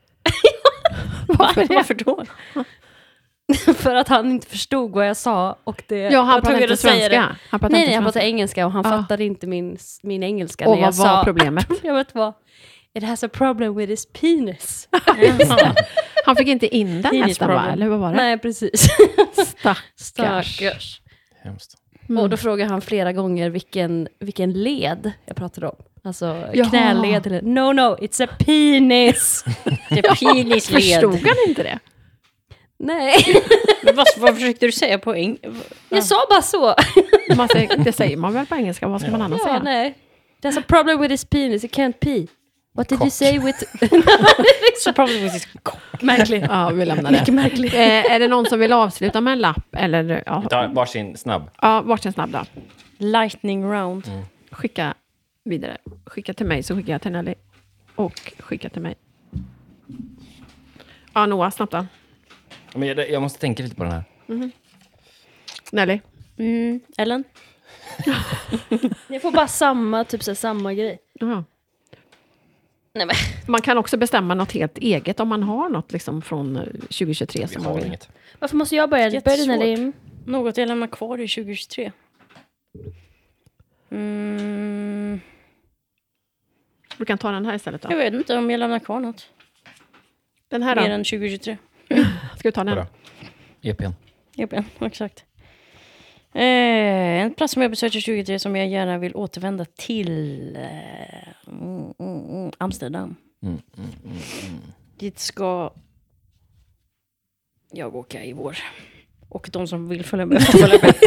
Varför då? För att han inte förstod vad jag sa. Och det, Ja, jag han var pratar tvungen inte att säga det. svenska. Han pratar Nej, inte han svenska. pratade engelska och han Ah. fattade inte min engelska Och när jag vad var sa... problemet? Problemet var... It has a problem with his penis. Han fick inte in den Penis nästan, va? problem. Eller vad var det? Nej, precis. Stackars. Hemskt. Och då frågade han flera gånger vilken led jag pratade om. Alltså Jaha. knäled eller... No, it's a penis. Det är penisled. Förstod han inte det? Nej, Men vad försökte du säga på jag sa bara så. Det säger man väl på engelska? Vad ska man annars Ja, säga? nej. There's a problem with his penis, it can't pee. What did you Cock. say with... Så probably with his Märkligt. Ja, vi lämnar det. Mycket märkligt. Är det någon som vill avsluta med en lapp? Eller, Vi ja, tar varsin snabb. ja, varsin snabb då. lightning round. Skicka vidare. Skicka till mig så skickar jag till Nelly. Och skicka till mig. Ja, Noah, snabbt då. Men jag måste tänka lite på den här. Nelly. Ellen? Jag får bara samma grej. Ja. Nej, men. Man kan också bestämma något helt eget om man har något liksom från 2023 Vi som man har vill. inget. Varför måste jag börja? Börja Jättesvårt. när det är... Något jag lämnar kvar i 2023. Du kan ta den här istället Jag då. vet inte om jag lämnar kvar något. Den här Mer då. än 2023. Ska vi ta den? Vadå? EPn. Japp, ja, exakt. En plats som jag besökte 2023 som jag gärna vill återvända till. Amsterdam. Dit ska jag åka i vår. Och de som vill följa med får följa med.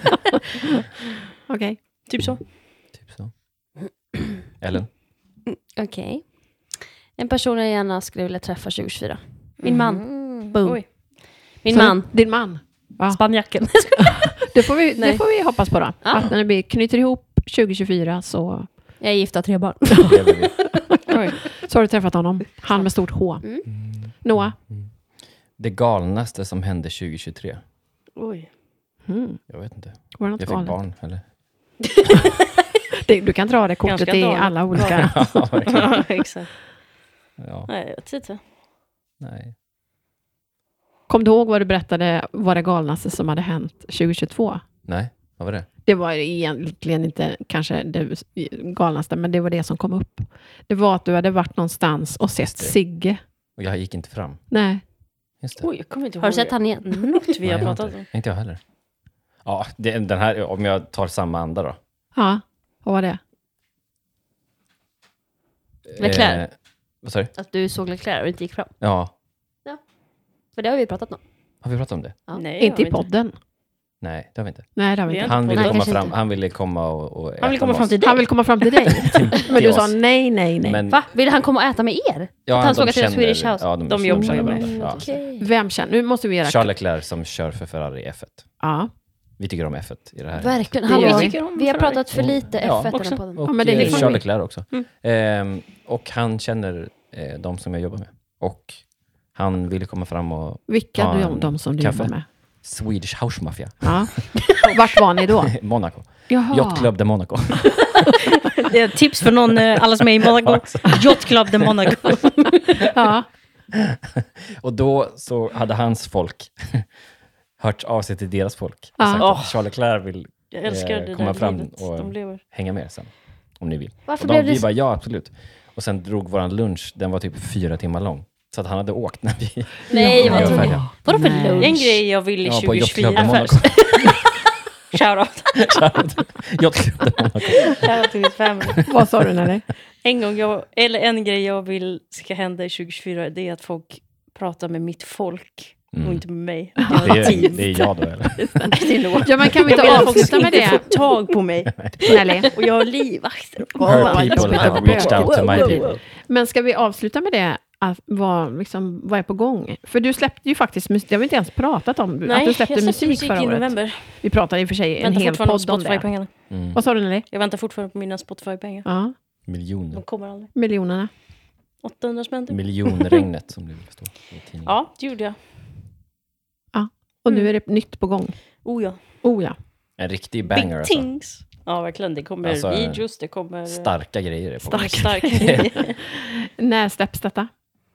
Okej. Typ så. Typ så. Ellen? Okej. En person jag gärna skulle vilja träffa 2024. Min man. Boom. Oj. Min Så man. Din man. Ja. Spanjacken. Det får vi Nej. hoppas på då. Ja. Att när vi knyter ihop 2024 så Jag är gift och har 3 barn. Lever vi? Oj. har du träffat honom. Han med stort H. Noah? Det galnaste som hände 2023. Oj. Jag vet inte. Var det något Jag fick galet? barn, eller? Du kan dra det kortet Ganska i galet. alla olika... Ja, verkligen. Ja, exakt. Ja, Nej, jag vet inte. nej. Kom du ihåg vad du berättade var det galnaste som hade hänt 2022? Nej, vad var det? Det var egentligen inte kanske det galnaste, men det var det som kom upp. Det var att du hade varit någonstans och sett Just det. Sigge. Och jag gick inte fram. Nej. Just det. Oj, jag kommer inte ihåg. Har du sett han igen? Något vi Nej, har jag pratat inte. om. Inte jag heller. Ja, den här, om jag tar samma anda då. Ja, vad var det? Leclerc. Vad sa du? Att du såg Leclerc och inte gick fram. Ja, För det har vi pratat om. har vi pratat om det? Ja. Nej, Inte har i vi podden. Nej, det har vi inte. Nej, det har vi Vi inte. har Han ville Nej, komma kanske fram, inte. han ville komma och Han vill äta komma med fram oss. till dig. Han vill komma fram till dig. Men du sa oss. nej. Men, Va? Vill han komma och äta med er? ja, Att han de såg att det är känner- Swedish House? Ja, De jobbar känner med varandra. Ja. Okej. Vem känner? Nu måste vi göra... Charles Leclerc som kör för Ferrari F1. Ja. Vi tycker om F1 i det här. Verkligen. Det Han, gör vi, vi. tycker om vi har Ferrari. pratat för lite Ja, F1 i också. den podden. Och Ja, men det får Charles vi. Leclerc också. Och han känner de som jag jobbar med. Och han ville komma fram och Vilka Ja, de som du kaffe. jobbar med? Swedish House Mafia. Ja. Vart var ni då? Monaco. Jaha. Yacht Club de Monaco. Det är ett tips för någon, alla som är i Monaco. Yacht Club de Monaco. Ja. Och då så hade hans folk hört av sig till deras folk. Ja. Och sagt Åh. att Charles Leclerc vill Jag älskar det komma där fram livet och de lever. hänga med sen. Om ni vill. Varför Och blev det vi så? bara, ja absolut. Och sen drog våran lunch, den var typ 4 timmar lång. Så att han hade åkt när vi... Nej, Ja, vad jag var tråkigt. färdig. Vadå för Nej. lunch? En grej jag vill i Ja, på Yacht Club 2024. de Monaco. Shoutout. Yacht Club de Monaco. Shoutout till mitt family. Vad sa du Nelly? En grej jag vill ska hända i 2024, det är att folk pratar med mitt folk och inte med mig. Det är jag då eller? Det är nog. Ja, men kan vi Jag vill inte att folk avsluta med inte får det, tag på mig. Nelly? Och jag har livvakter. Her vad people jobbigt have att reached höra. out to my people. Men ska vi avsluta med det? Att vad är på gång? För du släppte ju faktiskt musik. Jag har inte ens pratat om att du släppte musik förra i året. november. Vi pratade i och för sig en Väntar hel fortfarande på podd om det. Spotify-pengarna. Vad sa du Nelly? Jag väntar fortfarande på mina Spotify-pengar. Ja, Miljoner. De kommer aldrig. miljonerna. 800 spänn typ. Miljonregnet som det vill stå i tidningen. Ja, det gjorde jag. Och nu är det nytt på gång. Oh ja. Oh ja. En riktig banger Big alltså. things. Ja, verkligen. Det kommer Alltså, videos, det kommer... Starka grejer är på gång. Starka grejer. När släpps detta?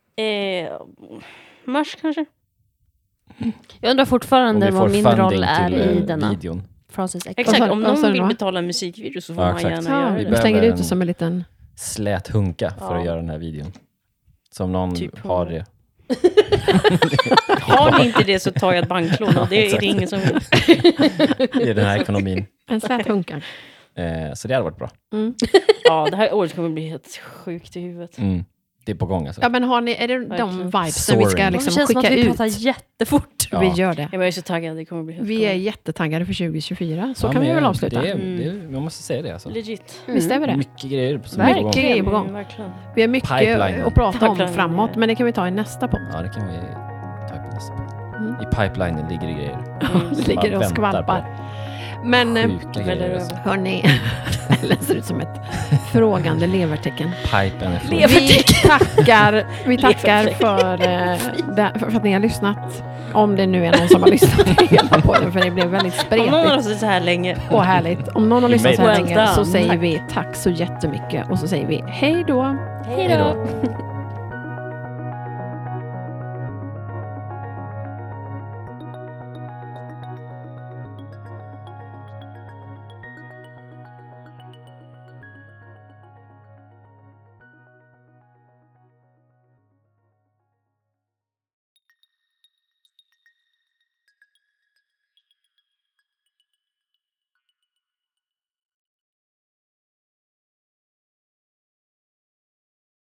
Mars kanske? Jag undrar Om fortfarande vi vad får min funding roll är till i denna videon. Francis X. Exakt, om vad sa någon du vill då? betala en musikvideo så får Ja, man exakt. gärna Ja, göra vi det. behöver slänger ut en- det som en liten... Slät hunka för att Ja. göra den här videon. Som någon Typ har det. Har ni inte det så tar jag ett banklån och det är Exakt. det ingen som vill. I den här ekonomin. En slät hunka. Så det hade varit bra. Ja, det här året kommer bli helt sjukt i huvudet. Det är på gång alltså. Ja, men är det de Verkligen. vibesen vi ska Soaring. Det liksom känns som att skicka vi ut? pratar jättefort. Ja. Vi gör det. Ja, men jag är så taggad, det kommer bli helt Vi är galet. jättetaggade för 2024. Så Ja, kan vi men väl avsluta. jag måste säga det alltså. Legit. Visst är vi det? Mycket grejer som är på gång. Mycket grejer på gång. Verkligen. Vi har mycket Pipelinen. att prata om Pipelinen. framåt, men det kan vi ta i nästa podd. Ja, det kan vi ta på nästa podd. I pipelinen ligger det grejer. Det ligger och väntar skvalpar. Men Sjuka Väl grejer alltså. hörni, Ellen ser ut som ett frågande levertecken. Pipen är full. Vi tackar för att ni har lyssnat. Om det nu är någon som har lyssnat hela på den, för det blev väldigt Om någon har spretigt suttit så här länge. och härligt. Om någon har lyssnat så här Well länge så done. säger Tack. vi tack så jättemycket och så säger vi hej då. Hej då.